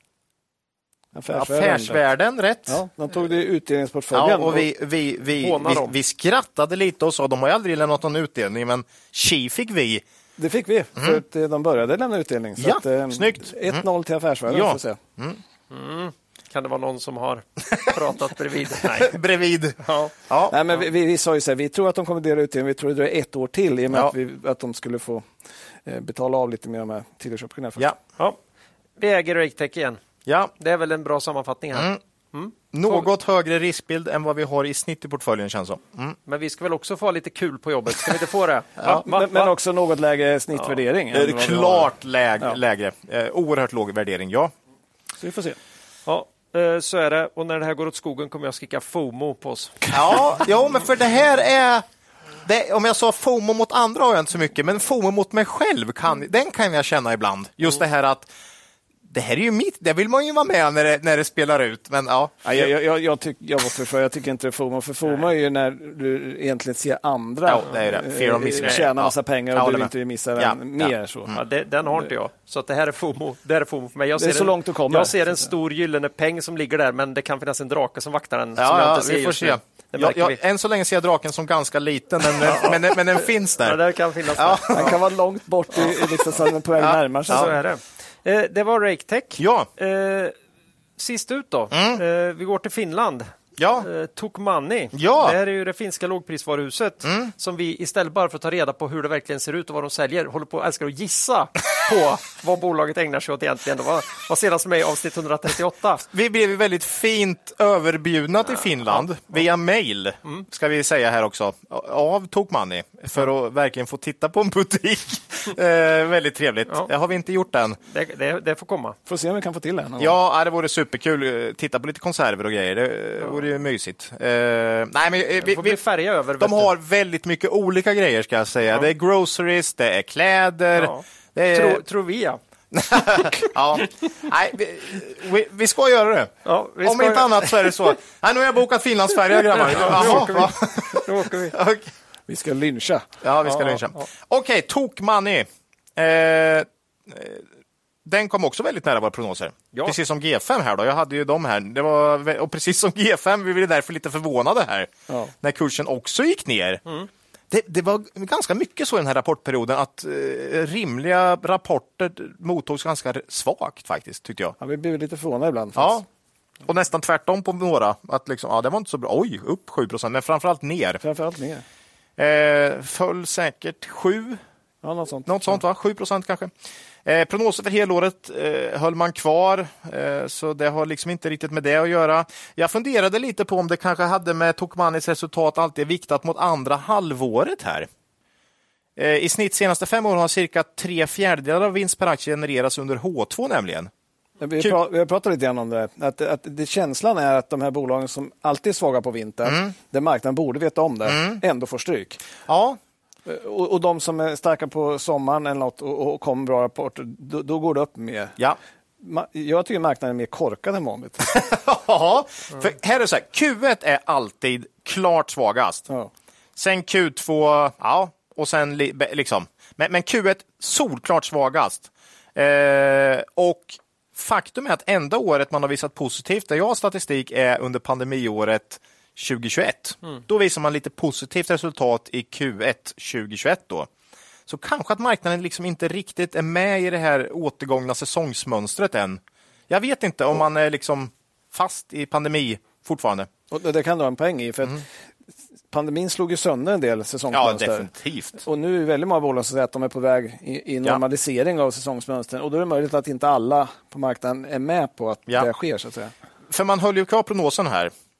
Affärsvärlden rätt. Ja, de tog det i utdelningsportföljen. Ja, och vi skrattade lite och sa de har ju aldrig lämnat någon utdelning, men fick vi. Det fick vi, för att de började lämna utdelning. Så snyggt. 1-0 till Affärsvärlden. Ja. Får se. Kan det vara någon som har pratat bredvid? Nej. Bredvid. Ja. Nej, men vi sa ju så här, vi tror att de kommer dela utdelning. Vi tror det är 1 år till i och med att de skulle få betala av lite mer de här tilläggsoptionerna. Ja. Vi äger RakeTech igen. Ja. Det är väl en bra sammanfattning här. Något högre riskbild än vad vi har i snitt i portföljen känns som. Men vi ska väl också få lite kul på jobbet. Ska vi inte få det? Men också något lägre snittvärdering. Det är klart lägre. Oerhört låg värdering, ja. Så vi får se. Ja, så är det. Och när det här går åt skogen kommer jag skrika FOMO på oss. Ja, men för det här är... om jag sa FOMO mot andra har jag inte så mycket, men FOMO mot mig själv den kan jag känna ibland. Just det här att det här är ju det vill man ju vara med när det spelar ut. Men jag tycker inte det är FOMO. För FOMO är ju när du egentligen ser andra tjäna massa pengar och du inte missar mer. Så. Ja, den har inte jag. Så att det här är FOMO. Det är FOMO för mig. Det är så långt du kommer. Jag ser en stor gyllene peng som ligger där, men det kan finnas en drake som vaktar den. Vi får se. Än så länge ser jag draken som ganska liten, men den finns där. Ja, den kan finnas där. Den kan vara långt bort liksom, på väg närmare. Så är det. Det var RakeTech. Ja. Sist ut då. Vi går till Finland. Ja. Tokmanni. Ja. Det här är ju det finska lågprisvaruhuset som vi istället bara för att ta reda på hur det verkligen ser ut och vad de säljer håller på älskar att gissa på vad bolaget ägnar sig åt egentligen. Vad senast med i avsnitt 138. Vi blev väldigt fint överbjudna till Finland via mail, ska vi säga här också, av Tokmanni för att verkligen få titta på en butik. Väldigt trevligt. Det har vi inte gjort än. Det får komma. Får se om vi kan få till det. Ja, det vore superkul. Titta på lite konserver och grejer. Det vore ju mysigt. Nej, men vi färga över. De har väldigt mycket olika grejer ska jag säga. Det är groceries, det är kläder. Ja. Det är... Tror vi, ja. Ja. Nej, vi ska göra det. Ja, om inte annat så är det så. Nej, nu har jag bokat Finlandsfärja, grabbar. Nu åker vi. Okay. Vi ska lyncha. Ja, vi ska lyncha. Okej, Tokmanni. Den kom också väldigt nära våra prognoser. Ja. Precis som G5 här då. Jag hade ju dem här. Och precis som G5, vi blev därför lite förvånade här. Ja. När kursen också gick ner. Det var ganska mycket så i den här rapportperioden att rimliga rapporter mottogs ganska svagt faktiskt, tyckte jag. Ja, vi blev lite förvånade ibland. Ja, och nästan tvärtom på några. Att liksom, det var inte så bra. Oj, upp 7%, men framförallt ner. Föll säkert 7. Ja, något sånt va? 7% kanske. Prognoser för helåret höll man kvar, så det har liksom inte riktigt med det att göra. Jag funderade lite på om det kanske hade med Tokmannis resultat alltid viktat mot andra halvåret här. I snitt senaste 5 år har cirka 3/4 av vinst per aktie genererats under H2 nämligen. Vi har pratat lite grann om det. Att känslan är att de här bolagen som alltid är svaga på vintern, där marknaden borde veta om det, ändå får stryk. Ja. Och de som är starka på sommaren eller något och kommer bra rapporter, då går det upp mer. Ja. Jag tycker marknaden är mer korkad än vanligt. Ja, för här är det så här, Q1 är alltid klart svagast. Ja. Sen Q2, och sen liksom. Men Q1 solklart svagast. Och faktum är att enda året man har visat positivt, där jag har statistik, är under pandemiåret 2021. Då visar man lite positivt resultat i Q1 2021 då. Så kanske att marknaden liksom inte riktigt är med i det här återgångna säsongsmönstret än. Jag vet inte om man är liksom fast i pandemi fortfarande. Och det kan du ha en poäng i, för att pandemin slog ju sönder en del säsongsmönster. Ja, definitivt. Och nu är väldigt många bolag som säger att de är på väg i normalisering av säsongsmönstren. Och då är det möjligt att inte alla på marknaden är med på att det sker, så att säga. För man höll ju kvar prognosen här.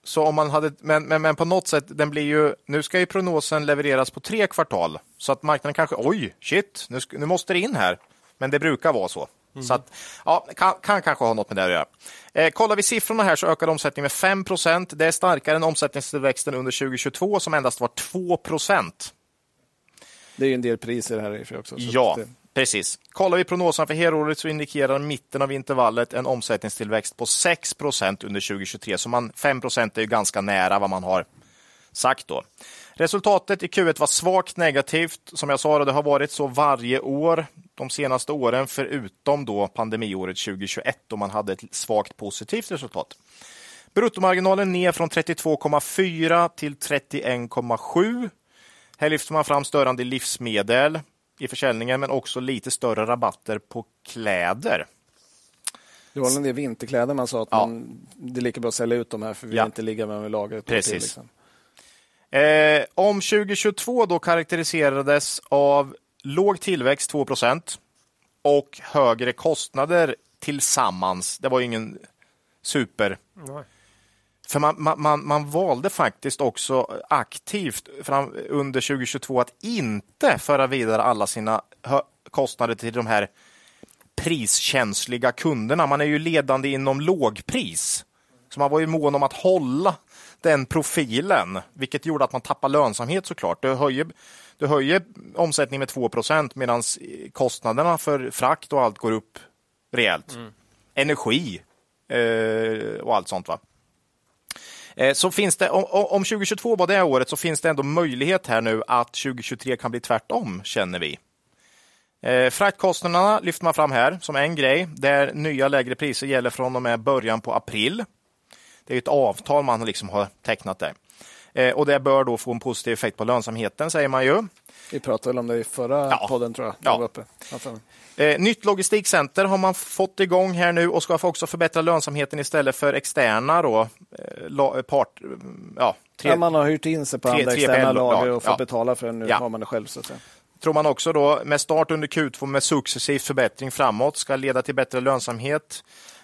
Så om man hade, men på något sätt, den blir ju, nu ska ju prognosen levereras på 3 kvartal. Så att marknaden kanske, nu måste det in här. Men det brukar vara så. Så att, ja, kan kanske ha något med det att göra. Kollar vi siffrorna här så ökar omsättningen med 5%. Det är starkare än omsättningstillväxten under 2022 som endast var 2%. Det är ju en del priser här i för också. Ja, precis. Kollar vi prognosen för helåret så indikerar mitten av intervallet en omsättningstillväxt på 6% under 2023. Så 5% är ju ganska nära vad man har sagt då. Resultatet i Q1 var svagt negativt. Som jag sa, det har varit så varje år de senaste åren förutom då pandemiåret 2021 då man hade ett svagt positivt resultat. Bruttomarginalen ner från 32,4 till 31,7. Här lyfter man fram störande livsmedel i försäljningen men också lite större rabatter på kläder. Det var en del vinterkläder man sa att det är lika bra att sälja ut de här för vi vill inte ligga med lagret. Precis. Till, liksom. Om 2022 då karaktäriserades av låg tillväxt 2% och högre kostnader tillsammans. Det var ju ingen super. Nej. För man valde faktiskt också aktivt under 2022 att inte föra vidare alla sina kostnader till de här priskänsliga kunderna. Man är ju ledande inom lågpris. Så man var ju mån om att hålla den profilen, vilket gjorde att man tappar lönsamhet såklart. Du höjer omsättningen med 2% medan kostnaderna för frakt och allt går upp rejält. Energi och allt sånt va. Så finns det, om 2022 var det året så finns det ändå möjlighet här nu att 2023 kan bli tvärtom, känner vi. Fraktkostnaderna lyfter man fram här som en grej där nya lägre priser gäller från och med början på april. Det är ett avtal man liksom har tecknat där. Och det bör då få en positiv effekt på lönsamheten, säger man ju. Vi pratade väl om det i förra podden tror jag. Ja. Uppe. Nytt logistikcenter har man fått igång här nu och ska också förbättra lönsamheten istället för externa då, man har hyrt in sig på andra externa lager och får betala för det. Nu har man det själv så att säga. Tror man också då med start under Q2 med successiv förbättring framåt ska leda till bättre lönsamhet.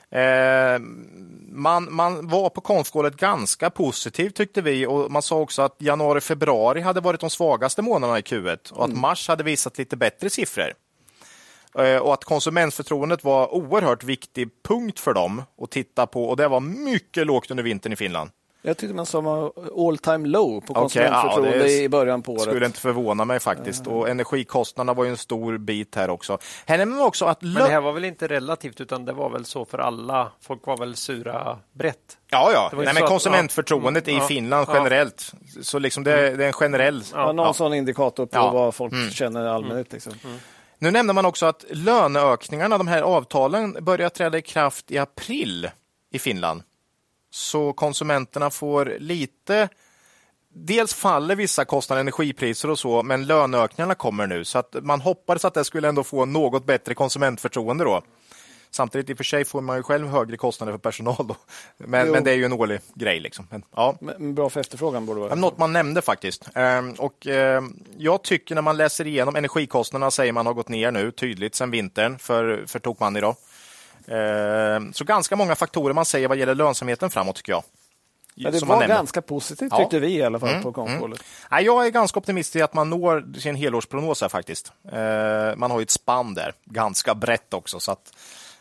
Man var på konfskålet ganska positiv tyckte vi och man sa också att januari-februari hade varit de svagaste månaderna i Q1 och att mars hade visat lite bättre siffror. Och att konsumentförtroendet var oerhört viktig punkt för dem att titta på och det var mycket lågt under vintern i Finland. Jag tyckte man sa all time low på konsumentförtroende i början på året. Skulle inte förvåna mig faktiskt. Och energikostnaderna var ju en stor bit här också. Här nämner man också att men det här var väl inte relativt utan det var väl så för alla. Folk var väl sura brett. Ja. Nej, men konsumentförtroendet i Finland generellt. Så liksom det är en generell... någon sån indikator på vad folk känner allmänt. Liksom. Nu nämner man också att löneökningarna, de här avtalen, börjar träda i kraft i april i Finland. Så konsumenterna får lite... Dels faller vissa kostnader, energipriser och så, men löneökningarna kommer nu. Så att man hoppades att det skulle ändå få något bättre konsumentförtroende då. Samtidigt i och för sig får man ju själv högre kostnader för personal då. Men det är ju en årlig grej liksom. Men bra för efterfrågan borde det vara. Något man nämnde faktiskt. Jag tycker när man läser igenom energikostnaderna säger man har gått ner nu tydligt sedan vintern för Tokmanni då. Så ganska många faktorer man säger vad gäller lönsamheten framåt tycker jag. Ja, det var ganska positivt tyckte vi i alla fall på konfskålet. Jag är ganska optimistisk i att man når sin helårsprognos här faktiskt. Man har ju ett spann där, ganska brett också. Så att,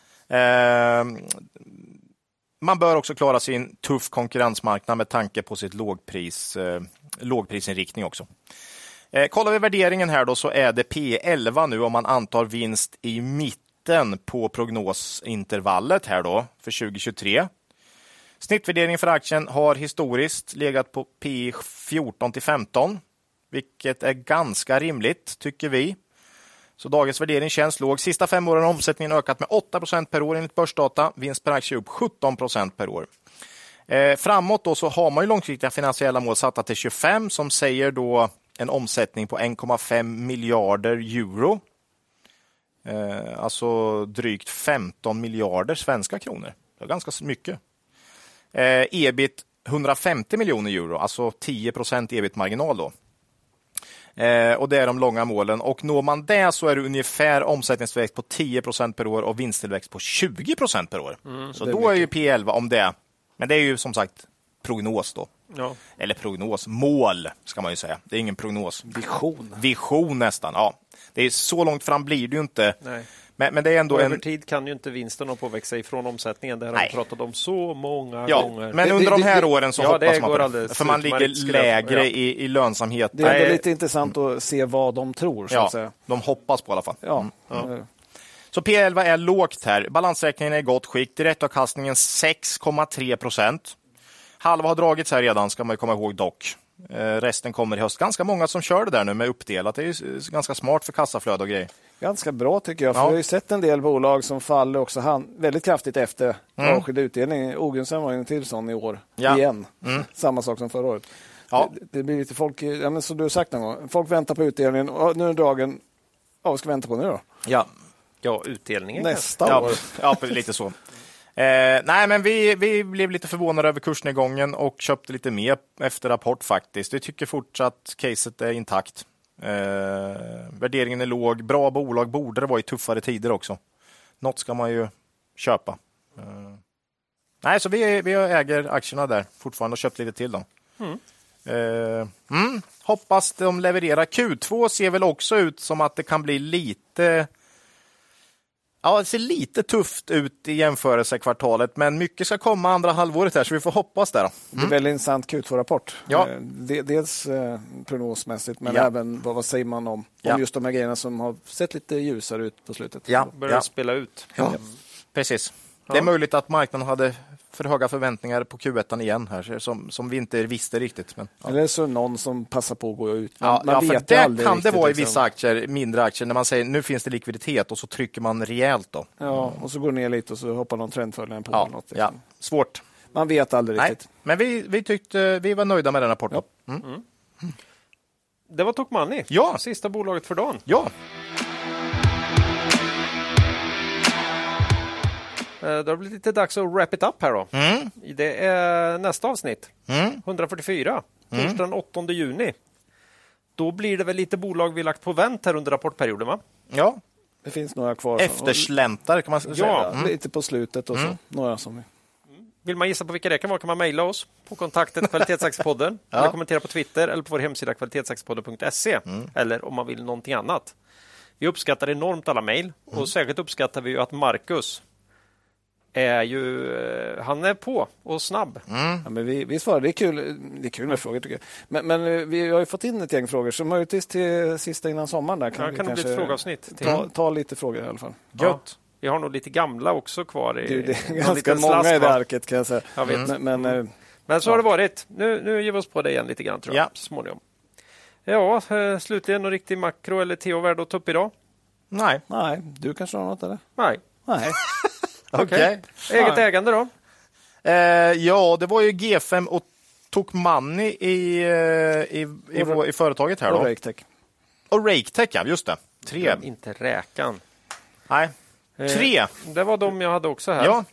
man bör också klara sin tuff konkurrensmarknad med tanke på sitt lågprisinriktning också. Kollar vi värderingen här då så är det P11 nu om man antar vinst i mitten på prognosintervallet här då för 2023. Snittvärderingen för aktien har historiskt legat på P14 till 15, vilket är ganska rimligt tycker vi. Så dagens värdering känns låg. Sista 5 åren har omsättningen ökat med 8% per år enligt börsdata. Vinst per aktie upp 17% per år. Framåt då så har man ju långsiktiga finansiella mål satta till 25 som säger då en omsättning på 1,5 miljarder euro. Alltså drygt 15 miljarder svenska kronor. Det är ganska mycket. EBIT 150 miljoner euro, alltså 10% EBIT-marginal då. Och det är de långa målen. Och når man det så är det ungefär omsättningstillväxt på 10% per år och vinsttillväxt på 20% per år. Så då är ju P11 om det. Men det är ju som sagt prognos då. Ja. Eller prognos, mål ska man ju säga. Det är ingen prognos. Vision nästan, ja. Det är så långt fram blir det ju inte. Nej. Men det är ändå över tid kan ju inte vinsten ha påväxt sig från omsättningen. Det här har vi pratat om så många gånger. Men under de här åren så hoppas man på det. För man ligger lägre i lönsamhet. Det är ändå lite intressant att se vad de tror. Så att säga. De hoppas på i alla fall. Ja. Så P11 är lågt här. Balansräkningen är i gott skick. Direktavkastningen 6,3%. Halva har dragits här redan, ska man komma ihåg dock. Resten kommer i höst. Ganska många som kör det där nu med uppdelat. Det är ju ganska smart för kassaflöde och grejer. Ganska bra tycker jag. För jag har ju sett en del bolag som faller också väldigt kraftigt efter avskild utdelning. Ogensam var en till sån i år. Igen. Samma sak som förra året. Ja. Det blir lite folk, som du har sagt någon gång. Folk väntar på utdelningen. Och nu är dagen, vad ska vi vänta på nu då? Ja, utdelningen. Nästa år. Ja, lite så. Nej, men vi blev lite förvånade över kursnedgången och köpte lite mer efter rapport faktiskt. Vi tycker fortsatt caset är intakt. Värderingen är låg. Bra bolag borde det vara i tuffare tider också. Något ska man ju köpa. Nej, så vi äger aktierna där fortfarande och köpt lite till dem. Hoppas de levererar. Q2 ser väl också ut som att det kan bli lite... Ja, det ser lite tufft ut i jämförelsekvartalet, men mycket ska komma andra halvåret här, så vi får hoppas där. Det är väldigt intressant Q2-rapport. Ja. Dels prognosmässigt, men även vad säger man om just de här grejerna som har sett lite ljusare ut på slutet. Börjar spela ut. Ja. Precis. Det är möjligt att marknaden hade för höga förväntningar på Q1 igen här, som vi inte visste riktigt. Men, Eller så någon som passar på att gå ut. Man vet det aldrig kan riktigt, det vara i vissa aktier, mindre aktier, när man säger nu finns det likviditet och så trycker man rejält då. Ja, och så går det ner lite och så hoppar någon trendföljare på. Något, liksom. Svårt. Man vet aldrig riktigt. Men vi var nöjda med den rapporten. Det var Tokmanni. Ja. Sista bolaget för dagen. Ja. Det har blivit lite dags att wrap it up här då. Det är nästa avsnitt. 144. Torsdagen den 8 juni. Då blir det väl lite bolag vi lagt på vänt här under rapportperioden, va? Ja. Det finns några kvar. Eftersläntar kan man säga. Ja, lite på slutet och så. Några som vi... Vill man gissa på vilka det kan vara kan man mejla oss på kontaktet Kvalitetsaktiepodden eller kommentera på Twitter eller på vår hemsida kvalitetsaktiepodden.se eller om man vill någonting annat. Vi uppskattar enormt alla mejl och särskilt uppskattar vi ju att Marcus han är på och snabb. Ja, men vi svarar, det är kul med frågor tycker jag. Men vi har ju fått in ett gäng frågor så möjligtvis till sista innan sommaren där kan det bli ett frågeavsnitt. Ta lite frågor i alla fall. Gött. Vi har nog lite gamla också kvar. Det är ganska många i det arket kan jag säga. Jag vet. Men så har det varit. Nu ger vi oss på det igen lite grann tror jag. Så småningom. Ja, slutligen någon riktig makro eller Theo-värld att ta upp idag? Nej, du kanske har något eller? Nej. Okej. Eget ägande då? Det var ju G5 och Tokmanni i företaget här då. Och RakeTech, ja, just det. 3. Inte räkan. Nej. 3. Det var de jag hade också här.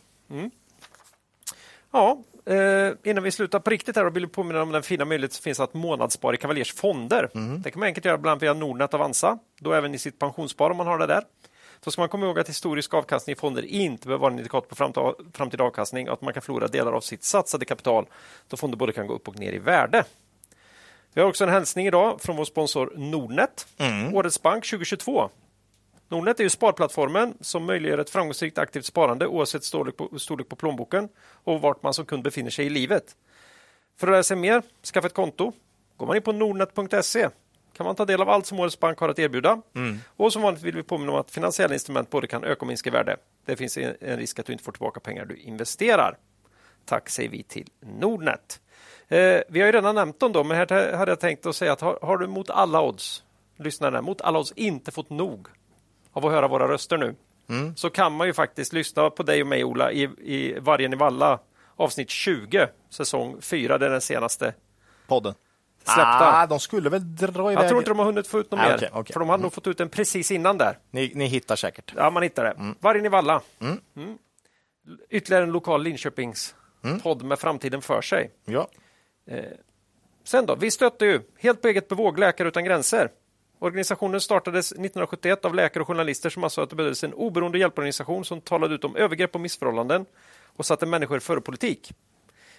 Innan vi slutar på riktigt här och vill påminna om den fina möjlighet som finns att månadsspara i Cavaliers fonder. Det kan man enkelt göra bland annat via Nordnet och Avanza. Då även i sitt pensionsspar om man har det där. Då ska man komma ihåg att historisk avkastning i fonder inte behöver vara en indikator på framtida avkastning och att man kan förlora delar av sitt satsade kapital då fonder både kan gå upp och ner i värde. Vi har också en hälsning idag från vår sponsor Nordnet. Årets bank 2022. Nordnet är ju sparplattformen som möjliggör ett framgångsrikt aktivt sparande oavsett storlek på plånboken och vart man som kund befinner sig i livet. För att lära sig mer, skaffa ett konto. Går man in på nordnet.se kan man ta del av allt som årets bank har att erbjuda. Och som vanligt vill vi påminna om att finansiella instrument både kan öka och minska värde. Det finns en risk att du inte får tillbaka pengar du investerar. Tack säger vi till Nordnet. Vi har ju redan nämnt dem då, men här hade jag tänkt att säga att har du mot alla odds, lyssnarna, mot alla odds inte fått nog av att höra våra röster nu, så kan man ju faktiskt lyssna på dig och mig, Ola, i Vargen i Valla, avsnitt 20, säsong 4, det är den senaste podden. Släppta. De skulle väl dra iväg. Jag tror inte de har hunnit få ut något mer. Okay. För de hade nog fått ut den precis innan där. Ni hittar säkert. Ja, man hittar det. Vargen i Valla. Ytterligare en lokal Linköpings podd med framtiden för sig. Ja. Sen då, vi stötte ju helt på eget bevåg Läkare utan gränser. Organisationen startades 1971 av läkare och journalister som alltså att det behövdes en oberoende hjälporganisation som talade ut om övergrepp och missförhållanden och satte människor före politik.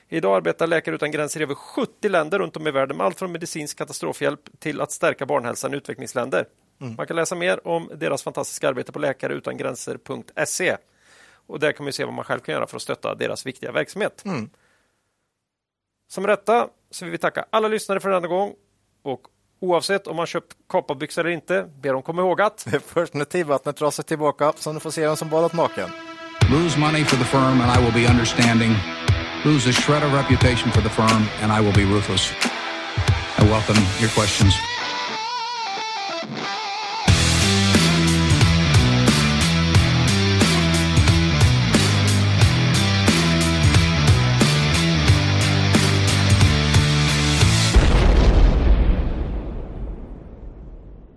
Idag arbetar Läkare utan gränser i över 70 länder runt om i världen med allt från medicinsk katastrofhjälp till att stärka barnhälsan i utvecklingsländer. Man kan läsa mer om deras fantastiska arbete på läkareutangränser.se. Och där kan man se vad man själv kan göra för att stötta deras viktiga verksamhet. Som rätta så vill vi tacka alla lyssnare för denna gång. Och oavsett om man köpt kappabyxor eller inte, ber de komma ihåg att Det är först när tidvattnet drar sig tillbaka som du får se vem som badat naken. Lose money for the firm and I will be understanding. Lose a shred of reputation for the firm and I will be ruthless. I welcome your questions.